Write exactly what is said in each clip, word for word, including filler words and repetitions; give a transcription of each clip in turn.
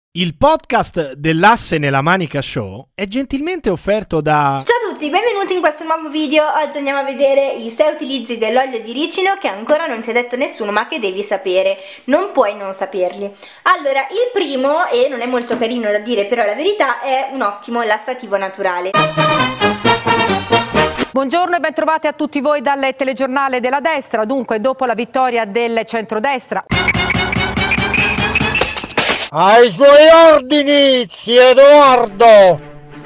Il podcast dell'Asse nella Manica Show è gentilmente offerto da... Ciao a tutti, benvenuti in questo nuovo video. Oggi andiamo a vedere i sei utilizzi dell'olio di ricino che ancora non ti ha detto nessuno ma che devi sapere, non puoi non saperli. Allora, il primo, e non è molto carino da dire però la verità, è un ottimo lassativo naturale. Buongiorno e bentrovati a tutti voi dal telegiornale della destra. Dunque, dopo la vittoria del centrodestra... Ai suoi ordini, zio Edoardo!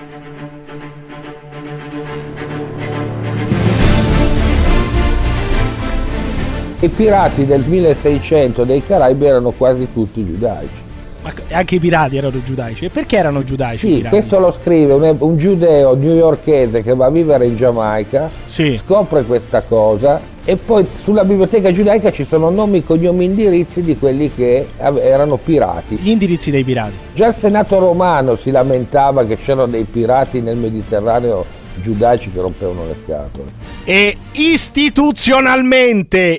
I pirati del milleseicento dei Caraibi erano quasi tutti giudaici. Ma anche i pirati erano giudaici. E perché erano giudaici? Sì, questo lo scrive un, un giudeo newyorkese che va a vivere in Giamaica, sì. Scopre questa cosa e poi sulla biblioteca giudaica ci sono nomi, cognomi, indirizzi di quelli che erano pirati. Gli indirizzi dei pirati. Già il Senato romano si lamentava che c'erano dei pirati nel Mediterraneo giudaici che rompevano le scatole. E istituzionalmente,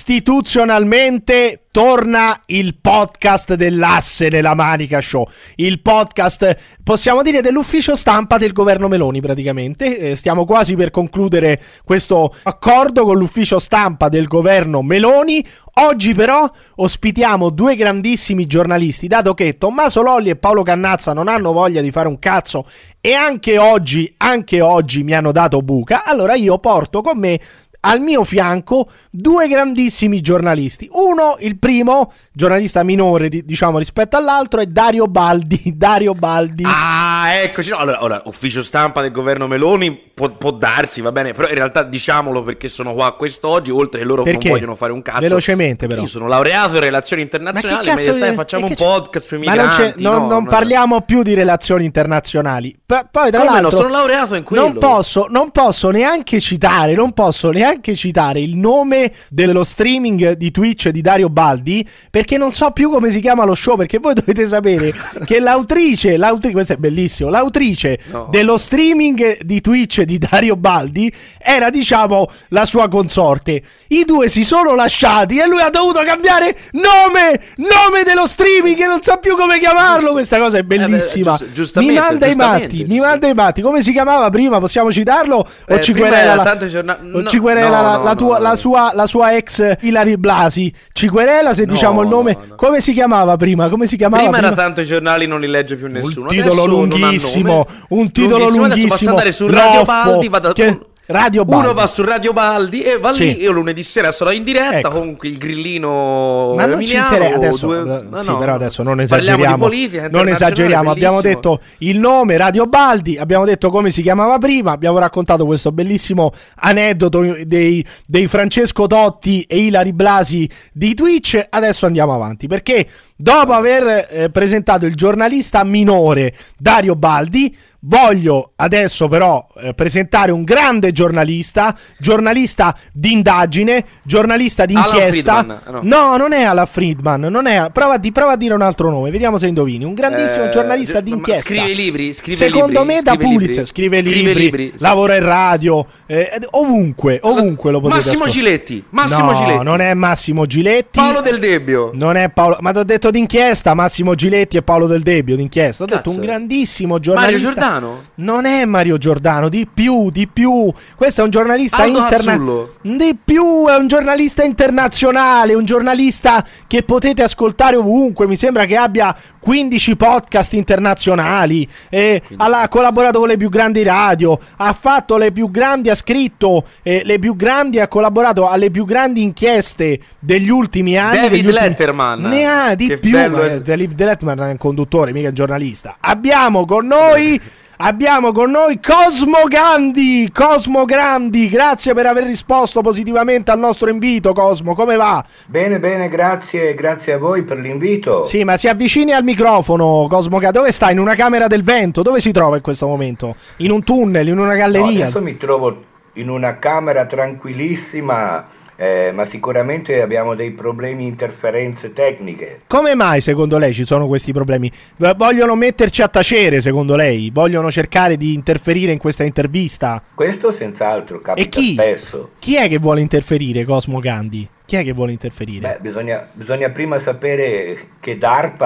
istituzionalmente torna il podcast dell'Asse nella Manica Show. Il podcast, possiamo dire, dell'ufficio stampa del governo Meloni praticamente. Eh, stiamo quasi per concludere questo accordo con l'ufficio stampa del governo Meloni. Oggi però ospitiamo due grandissimi giornalisti, dato che Tommaso Lolli e Paolo Cannazza non hanno voglia di fare un cazzo e anche oggi, anche oggi mi hanno dato buca. Allora io porto con me al mio fianco due grandissimi giornalisti. Uno, il primo, giornalista minore diciamo rispetto all'altro, è Dario Baldi. Dario Baldi. Ah, eccoci. No, allora, allora, ufficio stampa del governo Meloni può, può darsi, va bene, però in realtà diciamolo perché sono qua quest'oggi, oltre che loro perché? Non vogliono fare un cazzo. Velocemente però. Io sono laureato in relazioni internazionali, ma, ma in realtà è... facciamo un podcast sui ma migranti. Non, non, no, non no, parliamo no. più di relazioni internazionali. P- poi tra Come l'altro no, sono laureato in quello. Non posso, non posso neanche citare, non posso neanche citare il nome dello streaming di Twitch di Dario Baldi, perché non so più come si chiama lo show, perché voi dovete sapere che l'autrice, l'autrice questo è bellissimo, l'autrice no. dello streaming di Twitch di Dario Baldi era, diciamo, la sua consorte. I due si sono lasciati e lui ha dovuto cambiare nome, nome dello streaming, che non sa più come chiamarlo. Questa cosa è bellissima. Eh beh, giust- mi manda i matti, mi manda i matti. Come si chiamava prima? Possiamo citarlo? O eh, ci querela la, giorna- o no, ci querela no, la, no, la tua no, La sua, la sua ex Ilari Blasi ci querela se no, diciamo il nome. No, no. Come si chiamava prima? Come si chiamava prima? Prima era tanto i giornali, non li legge più nessuno. Un titolo adesso lunghissimo, un titolo lunghissimo. Adesso basta andare su Radio Baldi, vado che... Radio Baldi. Uno va su Radio Baldi e va sì. lì. Io lunedì sera sarò in diretta, ecco. Comunque il grillino. Ma non Emiliano, ci interessa adesso. Due... No, sì, no, però adesso non esageriamo. Politica, non esageriamo. Abbiamo detto il nome Radio Baldi, abbiamo detto come si chiamava prima, abbiamo raccontato questo bellissimo aneddoto dei, dei Francesco Totti e Ilari Blasi di Twitch. Adesso andiamo avanti, perché dopo aver eh, presentato il giornalista minore Dario Baldi, voglio adesso però eh, presentare un grande giornalista, giornalista d'indagine, giornalista d'inchiesta. No. no, non è Alla Friedman, non è. Prova, di, prova a dire un altro nome, vediamo se indovini. Un grandissimo eh, giornalista d'inchiesta. Scrive libri, scrive Secondo libri, me da Pulitzer, scrive, scrive libri, libri lavora in radio, eh, ovunque, ovunque lo potete Massimo ascoltare. Giletti, Massimo no, Giletti. non è Massimo Giletti. Paolo Del Debbio. Non è Paolo, ma ti ho detto d'inchiesta, Massimo Giletti e Paolo Del Debbio d'inchiesta. Ho Cazzo. detto un grandissimo giornalista. Mario Giordano. Non è Mario Giordano, di più, di più. Questo è un giornalista internazionale. Di più, è un giornalista internazionale, un giornalista che potete ascoltare ovunque. Mi sembra che abbia quindici podcast internazionali. Eh, ha collaborato con le più grandi radio, ha fatto le più grandi, ha scritto eh, le più grandi, ha collaborato alle più grandi inchieste degli ultimi anni. David ultimi... Letterman. Ne ha di che più. David Letterman è un conduttore, mica un giornalista. Abbiamo con noi. Abbiamo con noi Cosmo Gandhi, Cosmo Grandi, grazie per aver risposto positivamente al nostro invito. Cosmo, come va? Bene, bene, grazie, grazie a voi per l'invito. Sì, ma si avvicini al microfono, Cosmo Gandhi. Dove sta? In una camera del vento? Dove si trova in questo momento? In un tunnel, in una galleria? No, adesso mi trovo in una camera tranquillissima. Eh, ma sicuramente abbiamo dei problemi, interferenze tecniche. Come mai secondo lei ci sono questi problemi? Vogliono metterci a tacere secondo lei? Vogliono cercare di interferire in questa intervista? Questo senz'altro capita e chi? spesso. Chi è che vuole interferire, Cosmo Gandhi? Chi è che vuole interferire? Beh, bisogna, bisogna prima sapere che DARPA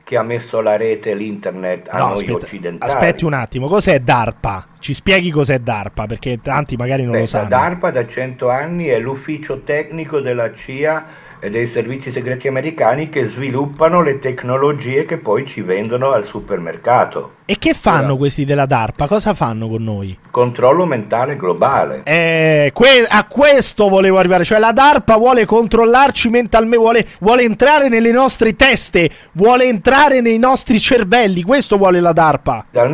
che ha messo la rete e l'internet a No, noi aspetta, occidentali. aspetti un attimo, cos'è DARPA? Ci spieghi cos'è DARPA, perché tanti magari non Beh, lo sanno. DARPA da cento anni è l'ufficio tecnico della C I A e dei servizi segreti americani che sviluppano le tecnologie che poi ci vendono al supermercato. E che fanno Allora, questi della DARPA? Cosa fanno con noi? controllo mentale globale. Eh, que- a questo volevo arrivare, cioè la DARPA vuole controllarci mentalmente, vuole, vuole entrare nelle nostre teste, vuole entrare nei nostri cervelli, questo vuole la DARPA. Dal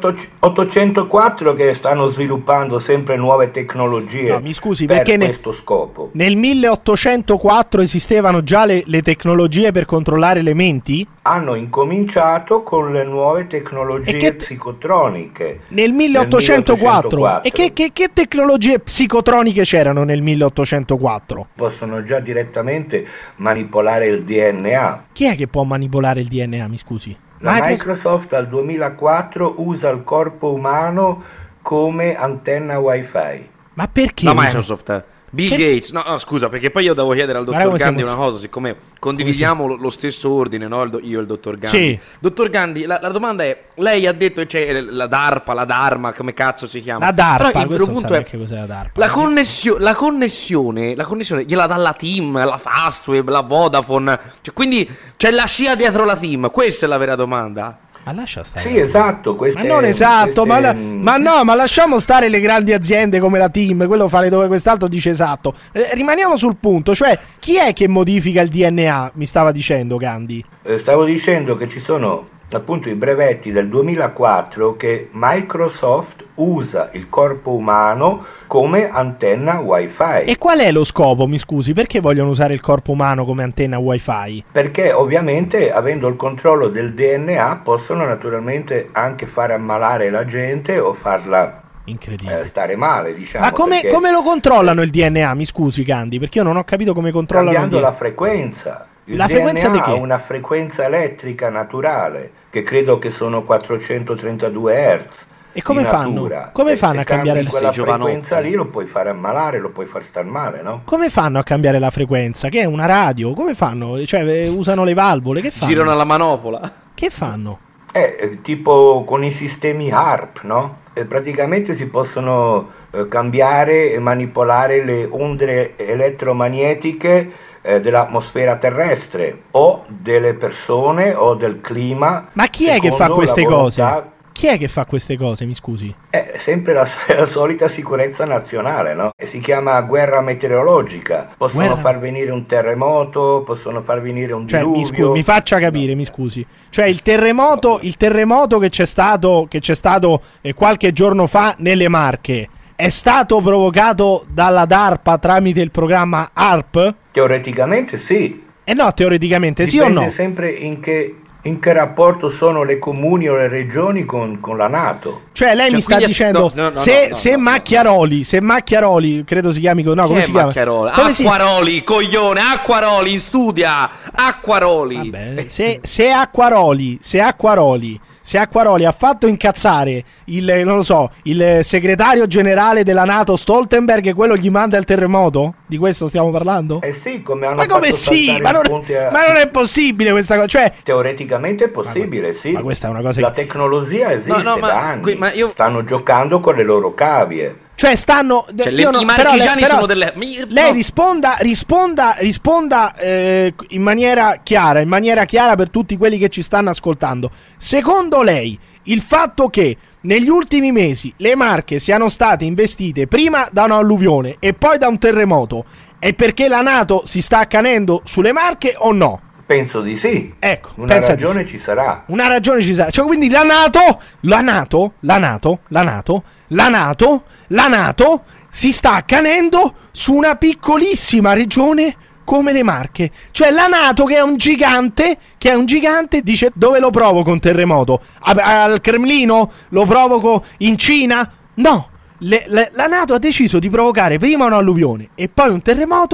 milleottocentoquattro che stanno sviluppando sempre nuove tecnologie No, mi scusi, per perché ne- questo scopo. Nel milleottocentoquattro esistevano già le, le tecnologie per controllare le menti? Hanno incominciato con le nuove tecnologie E che- psicotroniche. Nel milleottocentoquattro. E che, che- che tecnologie psicotroniche c'erano nel milleottocentoquattro? Possono già direttamente manipolare il D N A. Chi è che può manipolare il D N A, mi scusi? La Microsoft- Microsoft dal duemilaquattro usa il corpo umano come antenna wifi. Ma perché? La usa- Microsoft, Bill Che- Gates, no, no scusa, perché poi io devo chiedere al Guarda dottor come Gandhi siamo- una cosa, siccome condividiamo lo, lo stesso ordine, no? Il do- io e il dottor Gandhi. Sì. Dottor Gandhi, la, la domanda è, lei ha detto che c'è la DARPA, la Dharma, come cazzo si chiama? La DARPA, Però il questo vero non punto sa è, neanche cos'è la DARPA. la, connessio- la connessione, la connessione gliela dà la Team, la Fastweb, la Vodafone, cioè, quindi c'è la scia dietro la Team, questa è la vera domanda. Ma lascia stare. Sì, esatto. Ma Queste, non esatto, queste- ma, la- ma no, ma lasciamo stare le grandi aziende come la Team, quello fare dove quest'altro dice esatto. Eh, rimaniamo sul punto, cioè chi è che modifica il D N A, mi stava dicendo Gandhi? Eh, stavo dicendo che ci sono appunto i brevetti del duemilaquattro che Microsoft usa il corpo umano come antenna wifi. E qual è lo scopo, mi scusi, perché vogliono usare il corpo umano come antenna wifi? Perché ovviamente avendo il controllo del D N A possono naturalmente anche fare ammalare la gente o farla Incredibile. eh, stare male, diciamo. Ma come, perché come lo controllano il D N A, mi scusi Gandhi, perché io non ho capito come controllano il cambiando D N A. la frequenza. Il La frequenza D N A di che? ha una frequenza elettrica naturale che credo che sono quattrocentotrentadue hertz. E come di fanno? natura. Come E fanno se a cambiare cambi le- quella Sei giovanotti. frequenza lì lo puoi fare ammalare, lo puoi far star male, no? Come fanno a cambiare la frequenza? Che è una radio? Come fanno? Cioè, eh, usano le valvole? Che fanno? Girano alla manopola. Che fanno? Eh, eh, tipo con i sistemi HARP, no? Eh, praticamente si possono eh, cambiare e manipolare le onde elettromagnetiche eh, dell'atmosfera terrestre o delle persone o del clima. Ma chi è che fa secondo queste la cose? volontà- Chi è che fa queste cose, mi scusi? È sempre la, la solita sicurezza nazionale, no? E si chiama guerra meteorologica. Possono Guerra- far venire un terremoto, possono far venire un Cioè, mi, diluvio. scu- mi faccia capire, mi scusi. Cioè, il terremoto, il terremoto che c'è stato, che c'è stato eh, qualche giorno fa nelle Marche, è stato provocato dalla DARPA tramite il programma HARP? Teoreticamente sì. Eh no, teoreticamente sì o Dipende no? sempre in che, in che rapporto sono le comuni o le regioni con, con la NATO. Cioè, lei Cioè, mi sta quindi- dicendo no, no, no, se, no, no, se no, no. Macchiaroli, se Macchiaroli, credo si chiami, no, Chi come è si chiama? Macchiaroli? Come si- Acquaroli, coglione, Acquaroli, studia, Acquaroli. Vabbè, se, se Acquaroli, se Acquaroli, se Acquaroli ha fatto incazzare il, non lo so, il segretario generale della NATO Stoltenberg e quello gli manda il terremoto? Di questo stiamo parlando? Eh sì, come hanno Ma come fatto sì? saltare Ma il non, ponte a- ma non è possibile questa cosa, cioè Teoreticamente è possibile, sì. ma questa è una cosa La che- tecnologia esiste No, no, ma da anni. qui- ma io- Stanno giocando con le loro cavie. Cioè stanno Cioè, io le- non- i però lei- marchigiani però sono delle- mi- lei no. risponda risponda risponda eh, in maniera chiara, in maniera chiara per tutti quelli che ci stanno ascoltando. Secondo lei il fatto che negli ultimi mesi le Marche siano state investite prima da un'alluvione e poi da un terremoto è perché la NATO si sta accanendo sulle Marche o no? Penso di sì. Ecco, Una pensa di ragione ci sarà. Una ragione ci sarà. Cioè, quindi la NATO, la NATO, la NATO, la NATO, la NATO, la NATO si sta accanendo su una piccolissima regione come le Marche. Cioè la NATO che è un gigante, che è un gigante, dice dove lo provoco un terremoto? A- al Cremlino? Lo provoco in Cina? No. Le- le- la NATO ha deciso di provocare prima un'alluvione e poi un terremoto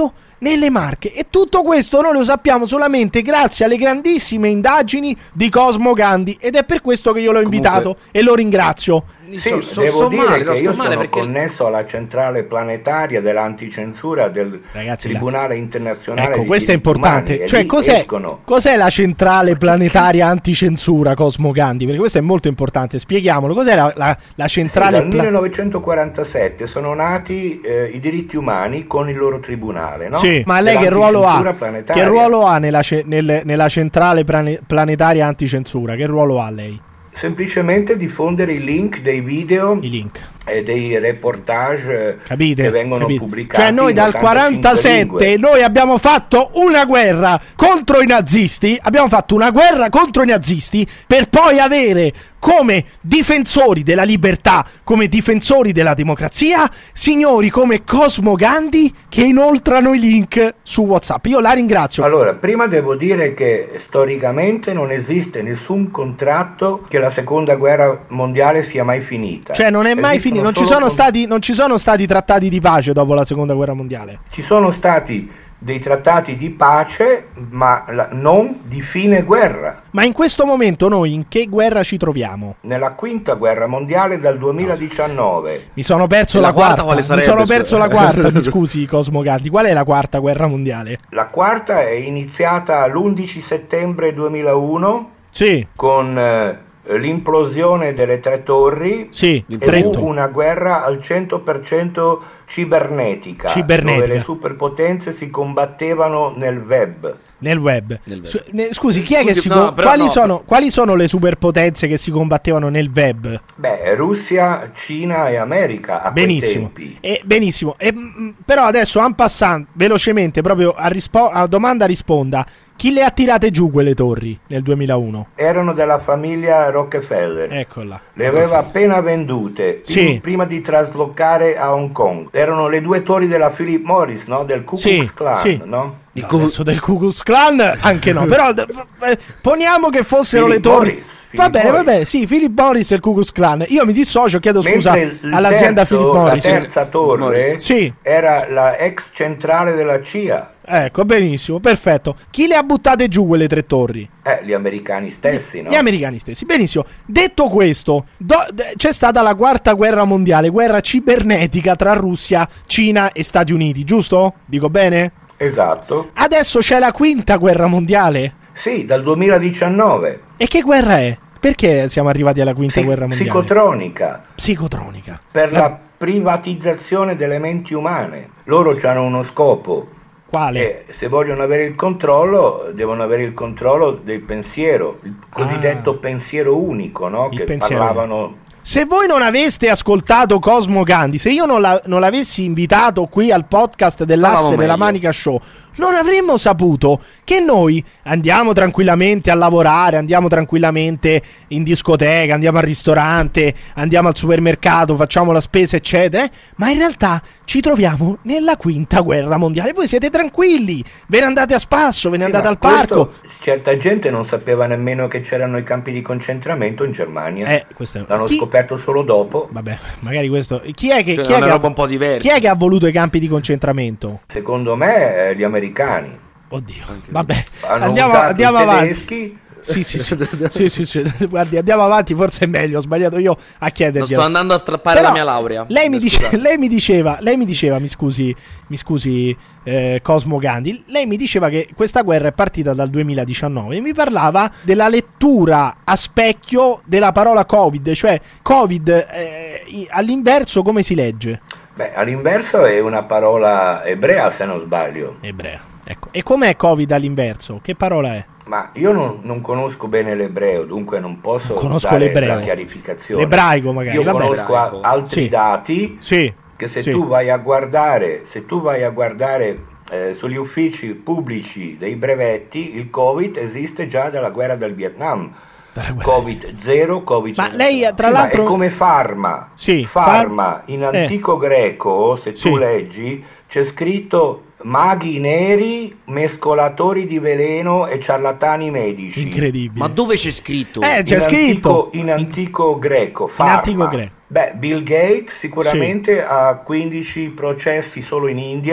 nelle Marche. E tutto questo noi lo sappiamo solamente grazie alle grandissime indagini di Cosmo Gandhi, ed è per questo che io l'ho invitato Comunque, e lo ringrazio. Sì, so, so, devo so dire male, che no, io sto sono male perché connesso alla centrale planetaria dell'anticensura del Ragazzi, la- Tribunale Internazionale Ecco, di questo è diritti importante. umani, e Cioè, lì cos'è, escono- cos'è la centrale planetaria anticensura Cosmo Gandhi? Perché questo è molto importante. Spieghiamolo. Cos'è la, la, la Sì, centrale dal pla- millenovecentoquarantasette sono nati eh, i diritti umani con il loro tribunale, no? Sì, ma lei che ruolo ha? Dell'anticensura planetaria. Che ruolo ha nella, ce- nel- nella centrale plane- planetaria anticensura? Che ruolo ha lei? Semplicemente diffondere i link dei video I link. e dei reportage Capite? che vengono Capite? pubblicati. Cioè noi in dal ottantacinque quarantasette lingue. noi abbiamo fatto una guerra contro i nazisti, abbiamo fatto una guerra contro i nazisti per poi avere come difensori della libertà, come difensori della democrazia, signori come Cosmo Gandhi che inoltrano i link su WhatsApp. Io la ringrazio. Allora, prima devo dire che storicamente non esiste nessun contratto che la seconda guerra mondiale sia mai finita. Cioè non è mai Esistono finito, non ci solo sono con- stati non ci sono stati trattati di pace dopo la seconda guerra mondiale. Ci sono stati dei trattati di pace, ma la- non di fine guerra. Ma in questo momento noi in che guerra ci troviamo? Nella quinta guerra mondiale dal duemiladiciannove. Mi sono perso E la, la quarta quarta. quale Mi sarebbe, sono scusa? perso la quarta. Mi scusi, Cosmo Gandhi. Qual è la quarta guerra mondiale? La quarta è iniziata l'undici settembre duemilauno Sì, con eh, l'implosione delle tre torri. sì, E Trento. fu una guerra al cento per cento cibernetica, Cibernetica. dove le superpotenze si combattevano nel web. Nel web. Nel web. Su- ne- scusi, chi è Scusi, che si no, co- però quali, no. sono, quali sono le superpotenze che si combattevano nel web? Beh, Russia, Cina e America a Benissimo. quei tempi. E, benissimo. E, mm, però adesso en passant velocemente proprio a, rispo- a domanda risponda. Chi le ha tirate giù quelle torri nel duemilauno? Erano della famiglia Rockefeller. Eccola. Le aveva appena vendute Sì. prim- prima di traslocare a Hong Kong. Erano le due torri della Philip Morris, no? Del Ku Klux Sì, Klan, sì. no? No, adesso del Ku Klux Klan anche no, però d- eh, poniamo che fossero Philip le torri. Morris, Va Philip bene, va Morris. bene, sì, Philip Morris e il Ku Klux Klan. Io mi dissocio, chiedo scusa Mentre il all'azienda terzo- Philip Morris. La terza torre Morris. Sì. era la ex centrale della C I A. Ecco, benissimo, perfetto. Chi le ha buttate giù quelle tre torri? Eh, gli americani stessi, no? Gli americani stessi. Benissimo. Detto questo, do- d- c'è stata la quarta guerra mondiale, guerra cibernetica tra Russia, Cina e Stati Uniti, giusto? Dico bene? Esatto. Adesso c'è la quinta guerra mondiale. Sì, dal duemiladiciannove. E che guerra è? Perché siamo arrivati alla quinta Psi- guerra mondiale? Psicotronica. Psicotronica. Per la privatizzazione delle menti umane. Loro hanno uno scopo. Quale? E se vogliono avere il controllo, devono avere il controllo del pensiero, il cosiddetto Ah. pensiero unico, no? Il Che pensiero parlavano. Se voi non aveste ascoltato Cosmo Gandhi, se io non, la- non l'avessi invitato qui al podcast dell'Asse Stavamo della meglio. Manica Show, non avremmo saputo che noi andiamo tranquillamente a lavorare, andiamo tranquillamente in discoteca, andiamo al ristorante, andiamo al supermercato, facciamo la spesa, eccetera, eh, ma in realtà ci troviamo nella quinta guerra mondiale. Voi siete tranquilli, ve ne andate a spasso, ve ne Sì, andate ma al parco. questo certa gente non sapeva nemmeno che c'erano i campi di concentramento in Germania. Eh, questo è- L'hanno chi- scoperto solo dopo. Vabbè, magari questo. Chi è che, Cioè, chi è è una che ha- roba un po' diversa. chi è che ha voluto i campi di concentramento? Secondo me eh, gli americani. Oddio, vabbè, Hanno andiamo, usato andiamo i avanti. tedeschi. Sì, sì, sì, sì, sì, sì. Guardi, andiamo avanti, forse è meglio, ho sbagliato io a Non chiedergli. sto andando a strappare Però la mia laurea. Lei mi, dice- Scusate. lei mi diceva, lei mi diceva, mi scusi, mi scusi eh, Cosmo Gandhi, lei mi diceva che questa guerra è partita dal duemiladiciannove e mi parlava della lettura a specchio della parola Covid, cioè Covid eh, i- all'inverso come si legge? Beh, all'inverso è una parola ebrea, se non sbaglio. Ebrea, ecco. E com'è Covid all'inverso? Che parola è? Ma io non, non conosco bene l'ebreo, dunque non posso Conosco dare l'ebreo. la chiarificazione. L'ebraico magari, Io vabbè. conosco a- altri Sì. dati Sì. che se sì. tu vai a guardare, se tu vai a guardare eh, sugli uffici pubblici dei brevetti, il Covid esiste già dalla guerra del Vietnam. Dalla guerra Covid zero, Covid Ma cento. lei, tra Sì, ma l'altro- è come farma. Sì, Farma, far- in eh. antico greco, se tu Sì. leggi, c'è scritto maghi neri, mescolatori di veleno e ciarlatani medici. Incredibile. Ma dove c'è scritto? Eh, c'è in scritto. Antico, in antico greco, farma. antico greco. Beh, Bill Gates sicuramente ha quindici processi solo in India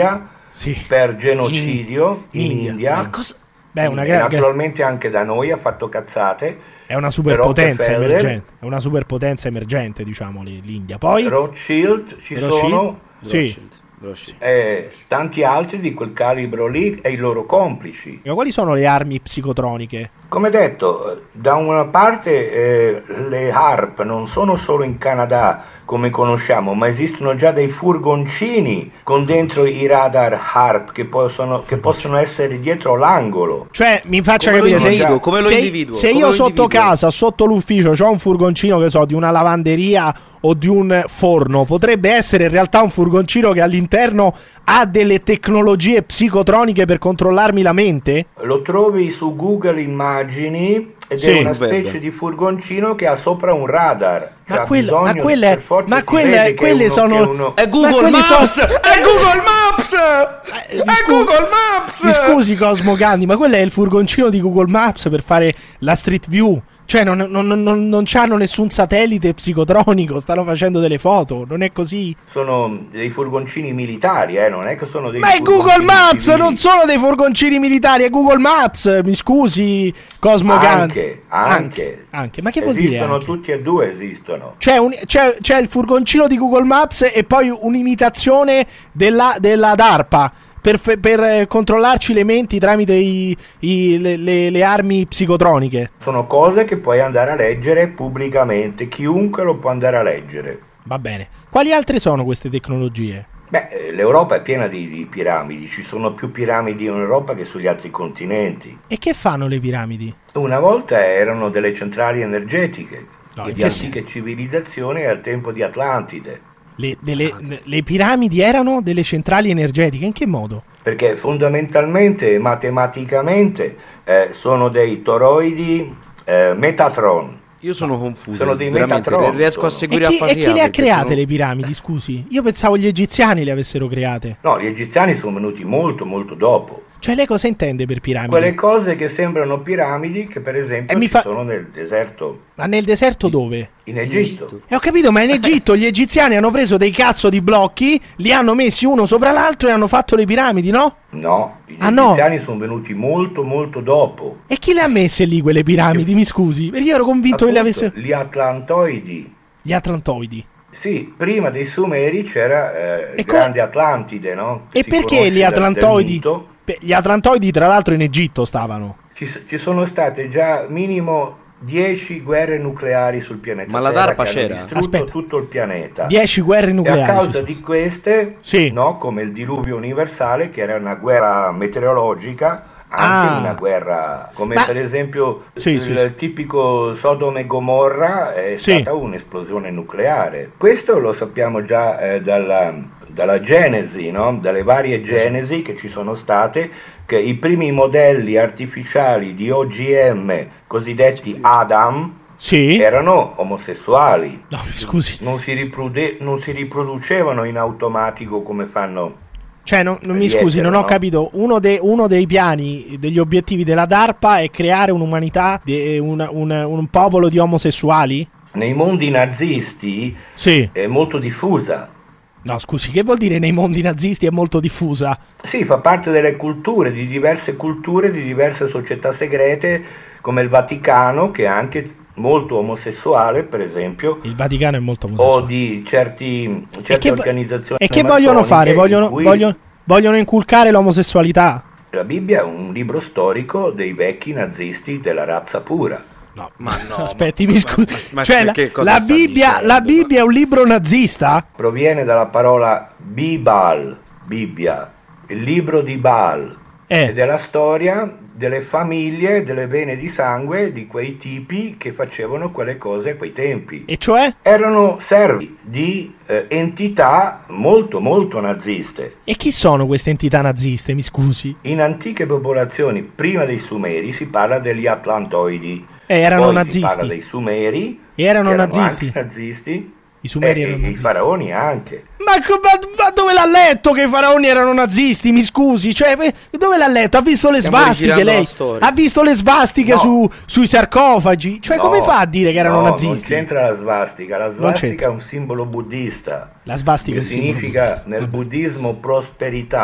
Sì. per genocidio in, in in India. India. Ma cosa... Beh, una E gra- naturalmente anche da noi ha fatto cazzate. è una superpotenza Rockefeller, emergente, è una superpotenza emergente, diciamo, lì- l'India. Poi Rothschild ci Rothschild? sono, Sì. Rothschild, Rothschild. eh, tanti altri di quel calibro lì e i loro complici. Ma quali sono le armi psicotroniche? Come detto, da una parte eh, le HAARP non sono solo in Canada come conosciamo, ma esistono già dei furgoncini con dentro i radar HAARP che possono, che possono essere dietro l'angolo. Cioè, mi faccia Come lo capire, se, individuo, come lo se- individuo, se come io lo sotto individuo? casa, sotto l'ufficio, ho un furgoncino che so di una lavanderia o di un forno, potrebbe essere in realtà un furgoncino che all'interno ha delle tecnologie psicotroniche per controllarmi la mente? Lo trovi su Google Immagini ed Sì, è una web. specie di furgoncino che ha sopra un radar. Ma, Cioè, ha quelle, ma bisogno- quelle, per forza ma si quelle, vede che è quelle uno- sono... che è uno- È Ma Google quelli Maps! sono- È Google Maps! Eh, È mi scu- Google Maps! Mi scusi Cosmo Gandhi, ma quello è il furgoncino di Google Maps per fare la Street View. Cioè non, non, non, non c'hanno nessun satellite psicotronico, stanno facendo delle foto, non è così? Sono dei furgoncini militari, eh, non è che sono dei Ma è Google furgoncini Maps, civili. non sono dei furgoncini militari, è Google Maps, mi scusi Cosmo Gandhi. Anche, anche. Anche, ma che vuol dire Esistono anche? tutti e due, esistono. C'è, un- c'è- c'è il furgoncino di Google Maps e poi un'imitazione della, della DARPA per, fe- per eh, controllarci le menti tramite i- i- le, le- le armi psicotroniche. Sono cose che puoi andare a leggere pubblicamente, chiunque lo può andare a leggere. Va bene. Quali altre sono queste tecnologie? Beh, eh, l'Europa è piena di, di piramidi, ci sono più piramidi in Europa che sugli altri continenti. E che fanno le piramidi? Una volta erano delle centrali energetiche No, di in che antiche civilizzazioni al tempo di Atlantide. Le, delle- le piramidi erano delle centrali energetiche, in che modo? Perché fondamentalmente, matematicamente, eh, sono dei toroidi eh, Metatron. Io sono confuso, Sono dei veramente, Metatron, riesco a sono. E seguire chi, a e chi fatica, le ha perché create sono- le piramidi, scusi? Io pensavo gli egiziani le avessero create. No, gli egiziani sono venuti molto molto dopo. Cioè lei cosa intende per piramidi? Quelle cose che sembrano piramidi che per esempio E mi ci fa- sono nel deserto Ma nel deserto dove? in Egitto. E ho capito, ma in Egitto gli egiziani hanno preso dei cazzo di blocchi, li hanno messi uno sopra l'altro e hanno fatto le piramidi, no? No, gli Ah, no? egiziani sono venuti molto molto dopo. E chi le ha messe lì quelle piramidi, mi scusi? Perché io ero convinto che le Appunto, avessero... gli atlantoidi. Gli atlantoidi. Sì, prima dei Sumeri c'era eh, E il co- grande Atlantide, no? Che E si perché conosce gli dal- dal atlantoidi? mito. Beh, gli atlantoidi tra l'altro in Egitto stavano. Ci, s- ci sono state già minimo dieci guerre nucleari sul pianeta Ma la Terra DARPA che hanno c'era? distrutto Aspetta. tutto il pianeta. Dieci guerre E nucleari. a ci causa sono di state. queste, Sì. no, come il diluvio universale, che era una guerra meteorologica, anche Ah. una guerra come Ma- per esempio Sì, il sì, sì. tipico Sodoma e Gomorra è Sì. stata un'esplosione nucleare. Questo lo sappiamo già eh, dalla, dalla genesi, no? Dalle varie genesi che ci sono state, che i primi modelli artificiali di O G M, cosiddetti Adam, Sì? erano omosessuali. No, mi scusi. Non si, riprude- non si riproducevano in automatico come fanno. Cioè, non, non mi Riescono, scusi, non ho no? capito. Uno, de- uno dei piani, degli obiettivi della DARPA è creare un'umanità, de- un, un- un popolo di omosessuali? Nei mondi nazisti Sì. è molto diffusa. No, scusi, che vuol dire nei mondi nazisti è molto diffusa? Sì, fa parte delle culture, di diverse culture, di diverse società segrete, come il Vaticano, che è anche molto omosessuale, per esempio, Il Vaticano è molto o omosessuale. di certi, E certe che, vo- organizzazioni e che massoniche vogliono fare? in Vogliono, cui vogliono, vogliono inculcare l'omosessualità? la Bibbia è un libro storico dei vecchi nazisti della razza pura. No, Ma no, aspetti, ma- mi ma- scusi. ma- ma Cioè, la, che cosa la sta Bibbia, dicendo? la Bibbia è un libro nazista? Proviene dalla parola Bibal, Bibbia, il libro di Baal, Eh. ed è la storia delle famiglie, delle vene di sangue di quei tipi che facevano quelle cose a quei tempi. E cioè? Erano servi di eh, entità molto molto naziste. E chi sono queste entità naziste, mi scusi? In antiche popolazioni, prima dei Sumeri, si parla degli Atlantoidi. Eh, erano Poi nazisti. si parla dei Sumeri. E erano che nazisti. anche nazisti. I Sumeri e erano i nazisti. faraoni anche. Ma, co- ma- ma dove l'ha letto che i faraoni erano nazisti? Mi scusi, cioè, eh, dove l'ha letto? Ha visto le Stiamo svastiche rigirando lei? la storia. Ha visto le svastiche No. su, sui sarcofagi? Cioè, No, come fa a dire che erano no, nazisti? Non c'entra la svastica, la svastica c'entra. è un simbolo buddista. La svastica è Che un simbolo significa buddista. nel Vabbè. buddismo prosperità.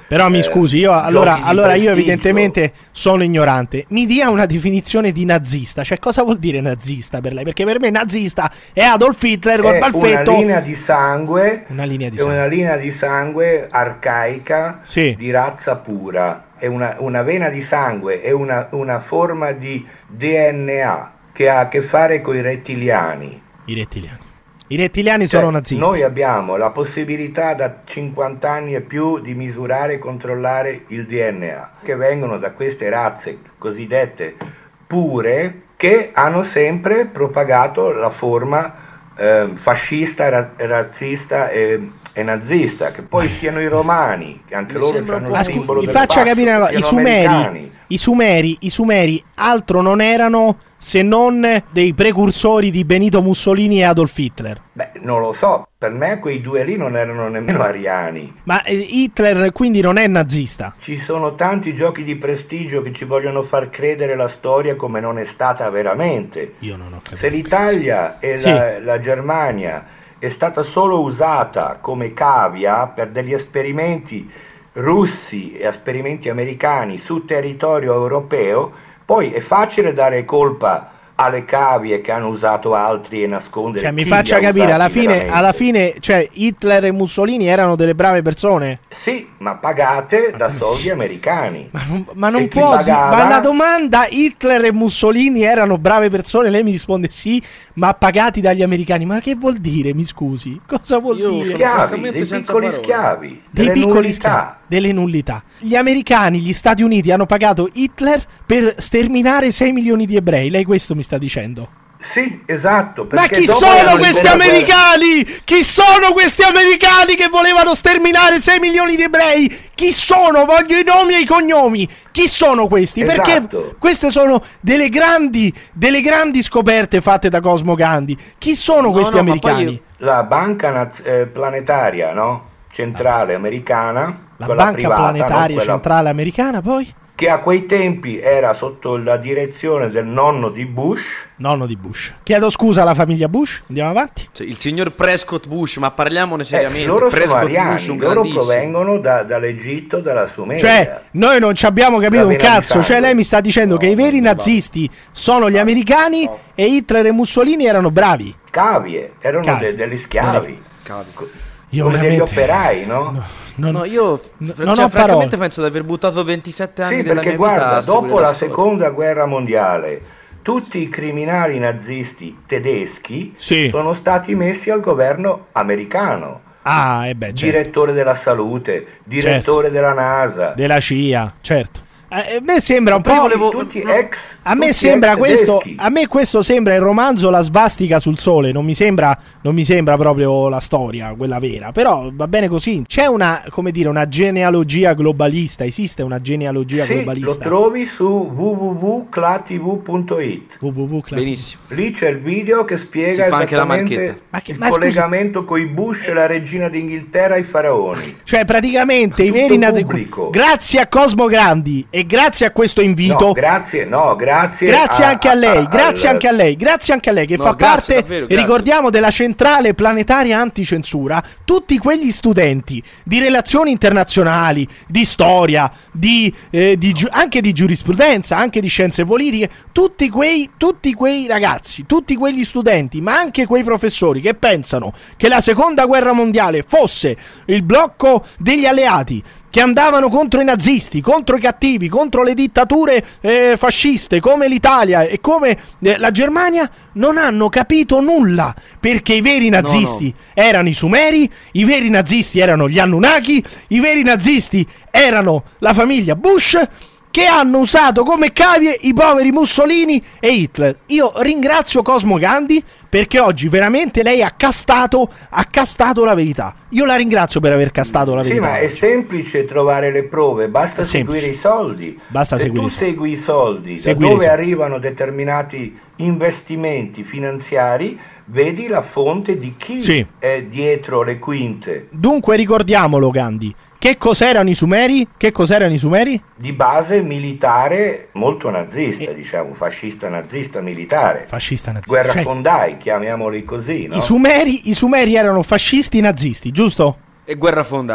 Però mi eh, scusi, io allora, giochi di allora io prestigio. evidentemente sono ignorante. Mi dia una definizione di nazista. Cioè, cosa vuol dire nazista per lei? Perché per me nazista è Adolf Hitler col È balfetto. una linea di sangue, Una linea di è sangue. una linea di sangue arcaica, Sì. di razza pura. È una, una vena di sangue, è una, una forma di D N A che ha a che fare con i rettiliani. I rettiliani. I rettiliani Cioè, sono nazisti. noi abbiamo la possibilità da cinquanta anni e più di misurare e controllare il D N A, che vengono da queste razze cosiddette pure, che hanno sempre propagato la forma eh, fascista, ra- razzista e, e nazista, che poi siano i romani, che anche Mi loro sembra un hanno po' il Ma simbolo scusi, mi del faccia passo, capire una cosa. che I siano sumeri, americani. i sumeri, i sumeri altro non erano se non dei precursori di Benito Mussolini e Adolf Hitler. Beh, non lo so, per me quei due lì non erano nemmeno ariani. Ma eh, Hitler quindi non è nazista. Ci sono tanti giochi di prestigio che ci vogliono far credere la storia come non è stata veramente. Io non ho capito. Se l'Italia e Sì. la, la Germania è stata solo usata come cavia per degli esperimenti russi e esperimenti americani su territorio europeo, poi è facile dare colpa alle cavie che hanno usato altri e nascondere. Cioè, mi chi faccia li ha capire, usati alla fine, veramente. alla fine, cioè, Hitler e Mussolini erano delle brave persone. Sì, ma pagate Ma da come soldi si- americani. Ma non, ma non E chi può di- pagava? ma la domanda, Hitler e Mussolini erano brave persone? Lei mi risponde sì, ma pagati dagli americani. Ma che vuol dire, mi scusi? Cosa vuol Io dire? sono Schiavi, francamente dei senza piccoli parole. schiavi, Dei delle piccoli nullità. schiavi, delle nullità. Gli americani, gli Stati Uniti hanno pagato Hitler per sterminare sei milioni di ebrei. Lei questo mi sta dicendo? Sì, esatto. Ma perché chi dopo sono erano questi in quella guerra- americani? Chi sono questi americani che volevano sterminare sei milioni di ebrei? Chi sono? Voglio i nomi e i cognomi. Chi sono questi? Perché Esatto. queste sono delle grandi, delle grandi scoperte fatte da Cosmo Gandhi. Chi sono No, questi no, ma poi americani? io- La banca naz- eh, planetaria, no? Centrale americana, La quella banca privata, no? planetaria Quella centrale americana, poi? che a quei tempi era sotto la direzione del nonno di Bush. Nonno di Bush. Chiedo scusa alla famiglia Bush. Andiamo avanti. Cioè, il signor Prescott Bush, ma parliamone Eh, seriamente. loro sono Prescott ariani, Bush, un loro grandissimo. provengono da- dall'Egitto, dalla Sumeria. Cioè, noi non ci abbiamo capito La un vena di cazzo. Cioè, sangue. lei mi sta dicendo No, che i veri non ne va. nazisti sono gli americani e Hitler e Mussolini erano bravi. Cavie, erano Cavie. de- degli schiavi. Cavolo. Co- Io come degli veramente- operai, no? No, non- No, io n- cioè, non ho francamente parole. penso di aver buttato ventisette anni Sì, della perché mia vita guarda, a seguire dopo la storia. seconda guerra mondiale, tutti i criminali nazisti tedeschi Sì. sono stati messi al governo americano. Ah, e beh, certo. Direttore della salute, direttore della NASA. Della C I A, certo. Eh, a me sembra un Poi po'. volevo- tutti no, ex A me tutti sembra ex questo. tedeschi. A me questo sembra il romanzo La svastica sul sole. Non mi sembra. Non mi sembra proprio la storia, quella vera. Però va bene così. C'è una, come dire, una genealogia globalista. Esiste una genealogia Sì, lo globalista. trovi su w w w punto clatv punto it. www. Benissimo. Lì c'è il video che spiega Si fa anche la esattamente marchetta. Ma che- il ma scusi- collegamento con i Bush e la regina d'Inghilterra e i faraoni. Cioè, praticamente i Tutto veri nazi. pubblico. Grazie a Cosmo Grandi e grazie a questo invito. No, grazie, no, grazie. Grazie anche a lei, grazie al- anche a lei, grazie anche a lei che No, fa grazie, parte, davvero, grazie. ricordiamo, della centrale planetaria anticensura. Tutti quegli studenti di relazioni internazionali, di storia, di, eh, di giu- anche di giurisprudenza, anche di scienze politiche, tutti quei, tutti quei ragazzi, tutti quegli studenti, ma anche quei professori che pensano che la seconda guerra mondiale fosse il blocco degli alleati, che andavano contro i nazisti, contro i cattivi, contro le dittature eh, fasciste come l'Italia e come eh, la Germania, non hanno capito nulla, perché i veri nazisti erano i Sumeri, i veri nazisti erano gli Anunnaki, i veri nazisti erano la famiglia Bush, che hanno usato come cavie i poveri Mussolini e Hitler. Io ringrazio Cosmo Gandhi perché oggi veramente lei ha castato, ha castato la verità. Io la ringrazio per aver castato la Sì, verità. ma è oggi. semplice trovare le prove, basta È semplice. seguire i soldi. Basta Se seguire tu i soldi. segui i soldi, Seguire da i dove soldi. arrivano determinati investimenti finanziari, vedi la fonte di chi Sì. è dietro le quinte. Dunque ricordiamolo, Gandhi. Che cos'erano i Sumeri? Che cos'erano i Sumeri? Di base militare molto nazista, Eh. diciamo, fascista nazista militare. Fascista nazista. Guerra Cioè, fondai, chiamiamoli così, no? i Sumeri, i Sumeri erano fascisti nazisti, giusto? E guerrafondai.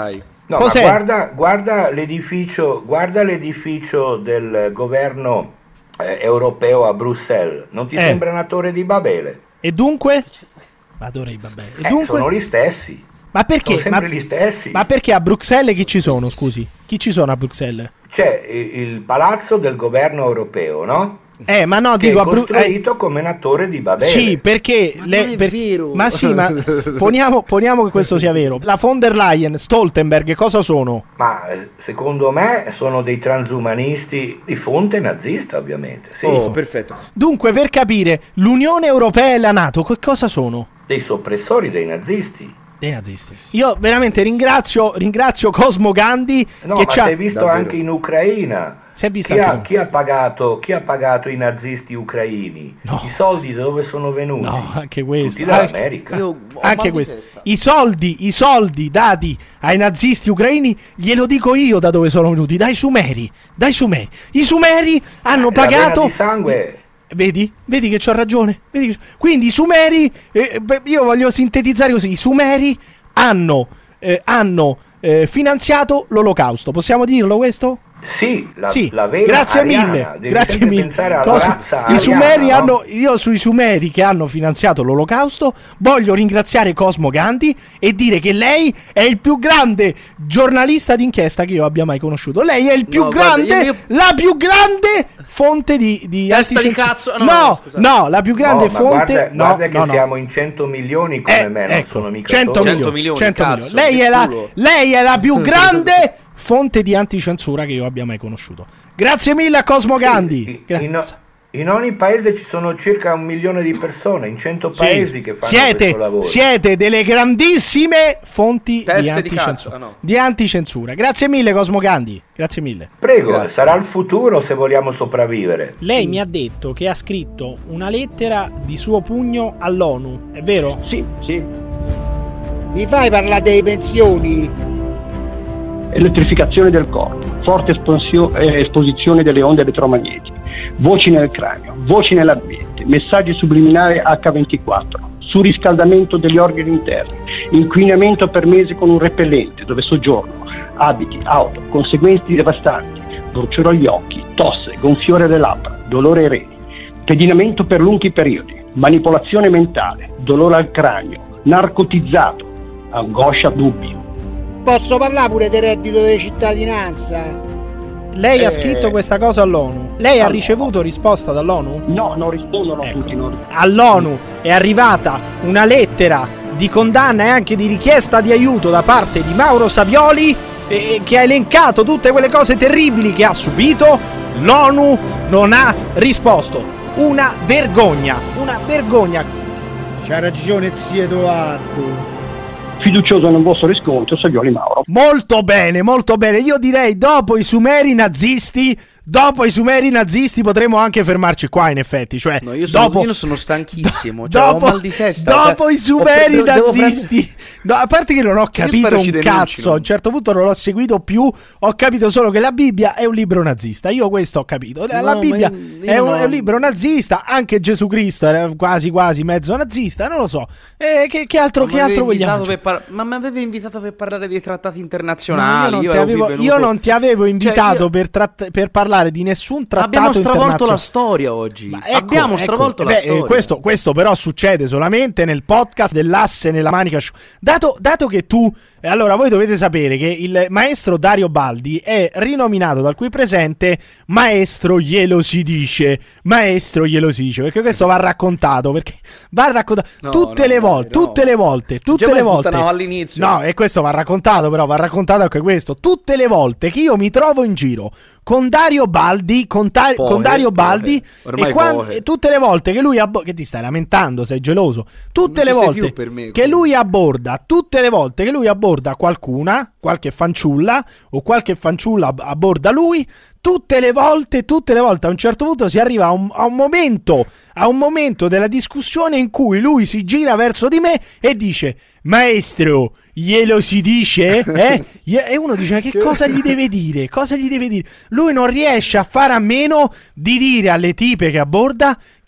No, Cos'è? ma guarda, guarda l'edificio, guarda l'edificio del governo eh, europeo a Bruxelles. Non ti Eh. sembra una torre di Babele? E dunque? La torre di Babele. E Eh, dunque? sono gli stessi. Ma perché? Sono sempre Ma, gli stessi. ma perché a Bruxelles chi ci sono, scusi? Chi ci sono a Bruxelles? C'è il, il palazzo del governo europeo, no? Eh, ma no, Che dico è a Bruxelles. costruito come una torre di Babele. Sì, perché Ma le- non è per- vero. Ma sì, ma poniamo, poniamo che questo sia vero. La von der Leyen, Stoltenberg, cosa sono? Ma eh, secondo me sono dei transumanisti di fonte nazista, ovviamente. Sì. Oh, perfetto. Dunque, per capire, l'Unione Europea e la NATO, che cosa sono? Dei soppressori dei nazisti. Dei nazisti. Io veramente ringrazio, ringrazio Cosmo Gandhi No, che ma ci ha... si è visto Davvero. anche in Ucraina. Si è visto Chi anche ha, in- chi ha pagato, chi ha pagato i nazisti ucraini? No. I soldi da dove sono venuti? No, anche questo. Tutti dall'America. Io ho mal Anche di questo. testa. I soldi, i soldi dati ai nazisti ucraini, glielo dico io da dove sono venuti, dai Sumeri, dai Sumeri. I Sumeri hanno Eh, la vena pagato... di sangue. Vedi? Vedi che c'ho ragione? Vedi che... Quindi i Sumeri, eh, beh, io voglio sintetizzare così, i Sumeri hanno, eh, hanno eh, finanziato l'Olocausto, possiamo dirlo questo? Sì, la, Sì, la vena grazie ariana. mille, Devi grazie sempre mille. pensare alla Cosmo, razza I ariana, Sumeri no? hanno, io sui Sumeri che hanno finanziato l'Olocausto voglio ringraziare Cosmo Gandhi e dire che lei è il più grande giornalista d'inchiesta che io abbia mai conosciuto. Lei è il più No, guarda, grande, io- io- la più grande fonte di, di Testa di anticensu- cazzo- no, No, no, scusate. no, la più grande No, ma fonte. guarda, no, guarda che no, no. siamo in cento milioni come Eh, me, non ecco, sono mica cento solo. milioni, milioni, cento cazzo, milioni. Lei, che è la, culo. lei è la più grande fonte di anticensura che io abbia mai conosciuto. Grazie mille a Cosmo Gandhi. I- Grazie. in, in ogni paese ci sono circa un milione di persone, in cento Sì, paesi che fanno siete, questo lavoro. siete delle grandissime fonti Teste di di anticensura, cazzo, ah, no. di anticensura. Grazie mille Cosmo Gandhi. Grazie mille. Prego, Grazie. sarà il futuro se vogliamo sopravvivere. Lei mi ha detto che ha scritto una lettera di suo pugno all'ONU, è vero? Sì, sì. Mi fai parlare dei pensioni? Elettrificazione del corpo, forte espansio- eh, esposizione delle onde elettromagnetiche, voci nel cranio, voci nell'ambiente, messaggi subliminali acca ventiquattro, surriscaldamento degli organi interni, inquinamento per mesi con un repellente dove soggiorno, abiti, auto, conseguenze devastanti, bruciore agli occhi, tosse, gonfiore alle labbra, dolore ai reni, pedinamento per lunghi periodi, manipolazione mentale, dolore al cranio, narcotizzato, angoscia, dubbi. Posso parlare pure del reddito di cittadinanza? Lei ha Eh, scritto questa cosa all'ONU. Lei ha allora. ricevuto risposta dall'ONU? No, non rispondono Ecco. tutti. Non... All'ONU è arrivata una lettera di condanna e anche di richiesta di aiuto da parte di Mauro Savioli eh, che ha elencato tutte quelle cose terribili che ha subito. L'ONU non ha risposto. Una vergogna, una vergogna. C'ha ragione zio Edoardo. Fiducioso nel vostro riscontro, Savioli Mauro. Molto bene, molto bene. Io direi dopo i sumeri nazisti, dopo i sumeri nazisti potremo anche fermarci qua in effetti, cioè No, io sono, dopo io sono stanchissimo, do- cioè, dopo, ho mal di testa. dopo cioè, i sumeri ho pre- devo nazisti. No, a parte che non ho capito spero un ci cazzo, denuncino. a un certo punto non l'ho seguito più, ho capito solo che la Bibbia è un libro nazista. Io questo ho capito. La No, ma Bibbia io- io è, un, non- è un libro nazista, anche Gesù Cristo era quasi quasi mezzo nazista, non lo so. Eh, che, che altro, Ma che mi altro avevi vogliamo? invitato per par- ma mi avevi invitato per parlare dei trattati No, internazionali. io, non ti ero avevo, venuto- io non ti avevo invitato Cioè, io- per, tratt- per parlare di nessun trattato Abbiamo stravolto internazionale. la storia oggi. Ma ecco, Abbiamo ecco, stravolto la beh, storia. eh, Questo, questo però succede solamente nel podcast dell'Asse nella Manica Show. Dato, dato che tu, eh, allora voi dovete sapere che il maestro Dario Baldi è rinominato dal qui presente maestro glielo si dice, maestro glielo si dice, perché questo va raccontato, perché va raccontato No, tutte no, le dai, volte, no. tutte le volte, tutte Già le mi volte. sputtanavo all'inizio. No, e questo va raccontato, però va raccontato anche questo. Tutte le volte che io mi trovo in giro con Dario Baldi, con, ta- Poche, con Dario Baldi, poche. Ormai e, quan- poche. e tutte le volte che lui abbo- che ti stai lamentando, sei geloso. Tutte Non le ci sei volte più per me, che comunque. lui abborda, tutte le volte che lui abborda qualcuna, qualche fanciulla o qualche fanciulla ab- abborda lui, tutte le volte, tutte le volte a un certo punto si arriva a un, a un momento, a un momento della discussione in cui lui si gira verso di me e dice: "Maestro, glielo si dice?" Eh? E uno dice: "Ma che cosa gli deve dire? Cosa gli deve dire?" Lui non riesce a fare a meno di dire alle tipe che abborda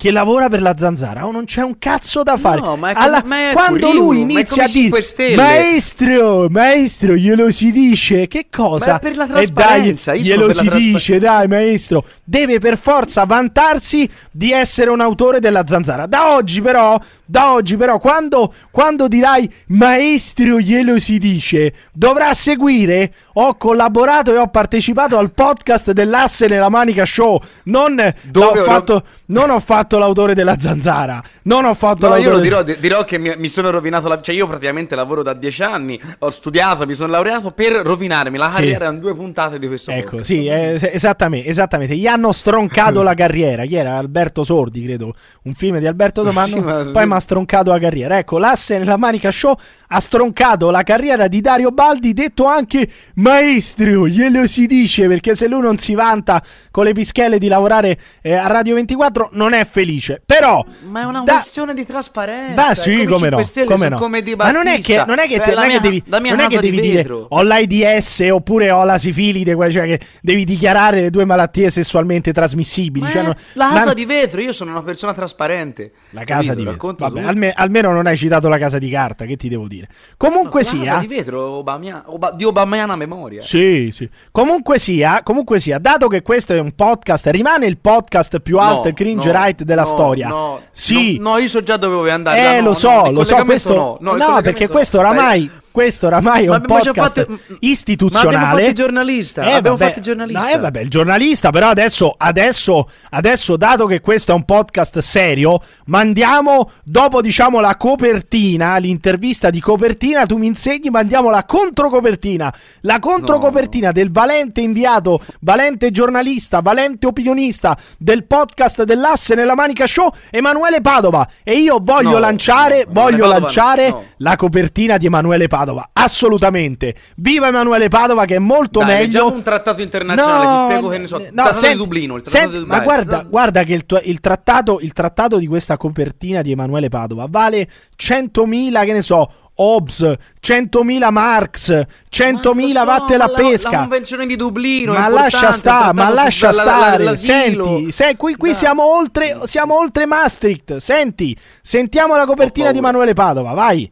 che lavora per la Zanzara, oh, non c'è un cazzo da fare. No, ma è Alla, ma è quando curriculum, lui inizia a dire Stelle. maestro, maestro, glielo si dice, che cosa? Ma è per la E trasparenza, dai, io sono glielo per la si traspa- dice, dai maestro, deve per forza vantarsi di essere un autore della Zanzara. Da oggi però, da oggi però, quando, quando dirai maestro, glielo si dice, dovrà seguire ho collaborato e ho partecipato al podcast dell'Asse nella Manica Show. Non, Dove ho fatto, non ho fatto l'autore della Zanzara. Non ho fatto No, l'autore. io lo dirò, di- dirò che mi, mi sono rovinato la... Cioè io praticamente lavoro da dieci anni, ho studiato, mi sono laureato per rovinarmi la Sì. carriera in due puntate di questo Ecco, podcast. sì, eh, esattamente, esattamente. Gli hanno stroncato la carriera. Chi era? Alberto Sordi, credo. Un film di Alberto Domano. Sì, ma- Poi mi ha stroncato la carriera. Ecco, l'Asse nella Manica Show ha stroncato la carriera di Dario Baldi, detto anche maestro, glielo si dice, perché se lui non si vanta con le pischelle di lavorare eh, a Radio ventiquattro non è felice. Però Ma è una da- questione di trasparenza. Va è sì, come come no, cinque Stelle come su no. come Di Ma non è che Battista. non è che, Beh, te- la non è mia- che devi, la mia non è che casa di devi dire vetro. ho l'AIDS oppure ho la sifilide, que- cioè che devi dichiarare le due malattie sessualmente trasmissibili. Ma Cioè, è non- la ma- casa di vetro, io sono una persona trasparente. la casa Capito? di vetro. Racconto Vabbè, su- alme- almeno non hai citato la casa di carta, che ti devo dire. Comunque No, la sia, casa di vetro Obamia- Oba- di Obamiana memoria. sì, sì. Comunque sia, comunque sia, dato che questo è un podcast, rimane il podcast più alto No, e cringe no, right della no, storia. no. sì. No, no, io so già dove vuoi andare. Eh, là, no, lo no, so, il lo so, collegamento questo no, no, il no, collegamento perché no. questo oramai, Beh, questo oramai è ma un abbiamo già podcast fatto- istituzionale. ma abbiamo fatto il giornalista, Eh, abbiamo vabbè, fatto il giornalista. no, eh, vabbè, il giornalista, però adesso, adesso, adesso, dato che questo è un podcast serio, mandiamo, dopo diciamo la copertina, l'intervista di copertina, tu mi insegni, mandiamo la controcopertina, la controcopertina del valente inviato, valente giornalista, valente opinionista del podcast dell'Asse nella Manica Show, Emanuele Padova. E io voglio No, lanciare, no, voglio Emanuele Padova lanciare no. la copertina di Emanuele Padova. Assolutamente. Viva Emanuele Padova, che è molto Dai, meglio. leggiamo un trattato internazionale, ti spiego che ne so, no, trattato senti- di Dublino, il trattato senti, del ma Dai, guarda, trattato- guarda che il, tuo- il trattato il trattato di questa copertina di Emanuele Padova vale centomila, che ne so, Hobbes, centomila Marx, centomila Ma lo so, vatte la ma la- pesca. La convenzione di Dublino è Ma importante, lascia il stare, trattato ma su- lascia la- la- la- stare. l'asilo. Senti, se- qui, qui Dai. siamo oltre, siamo oltre Maastricht. Senti, sentiamo la copertina Ho di paura. Emanuele Padova, vai.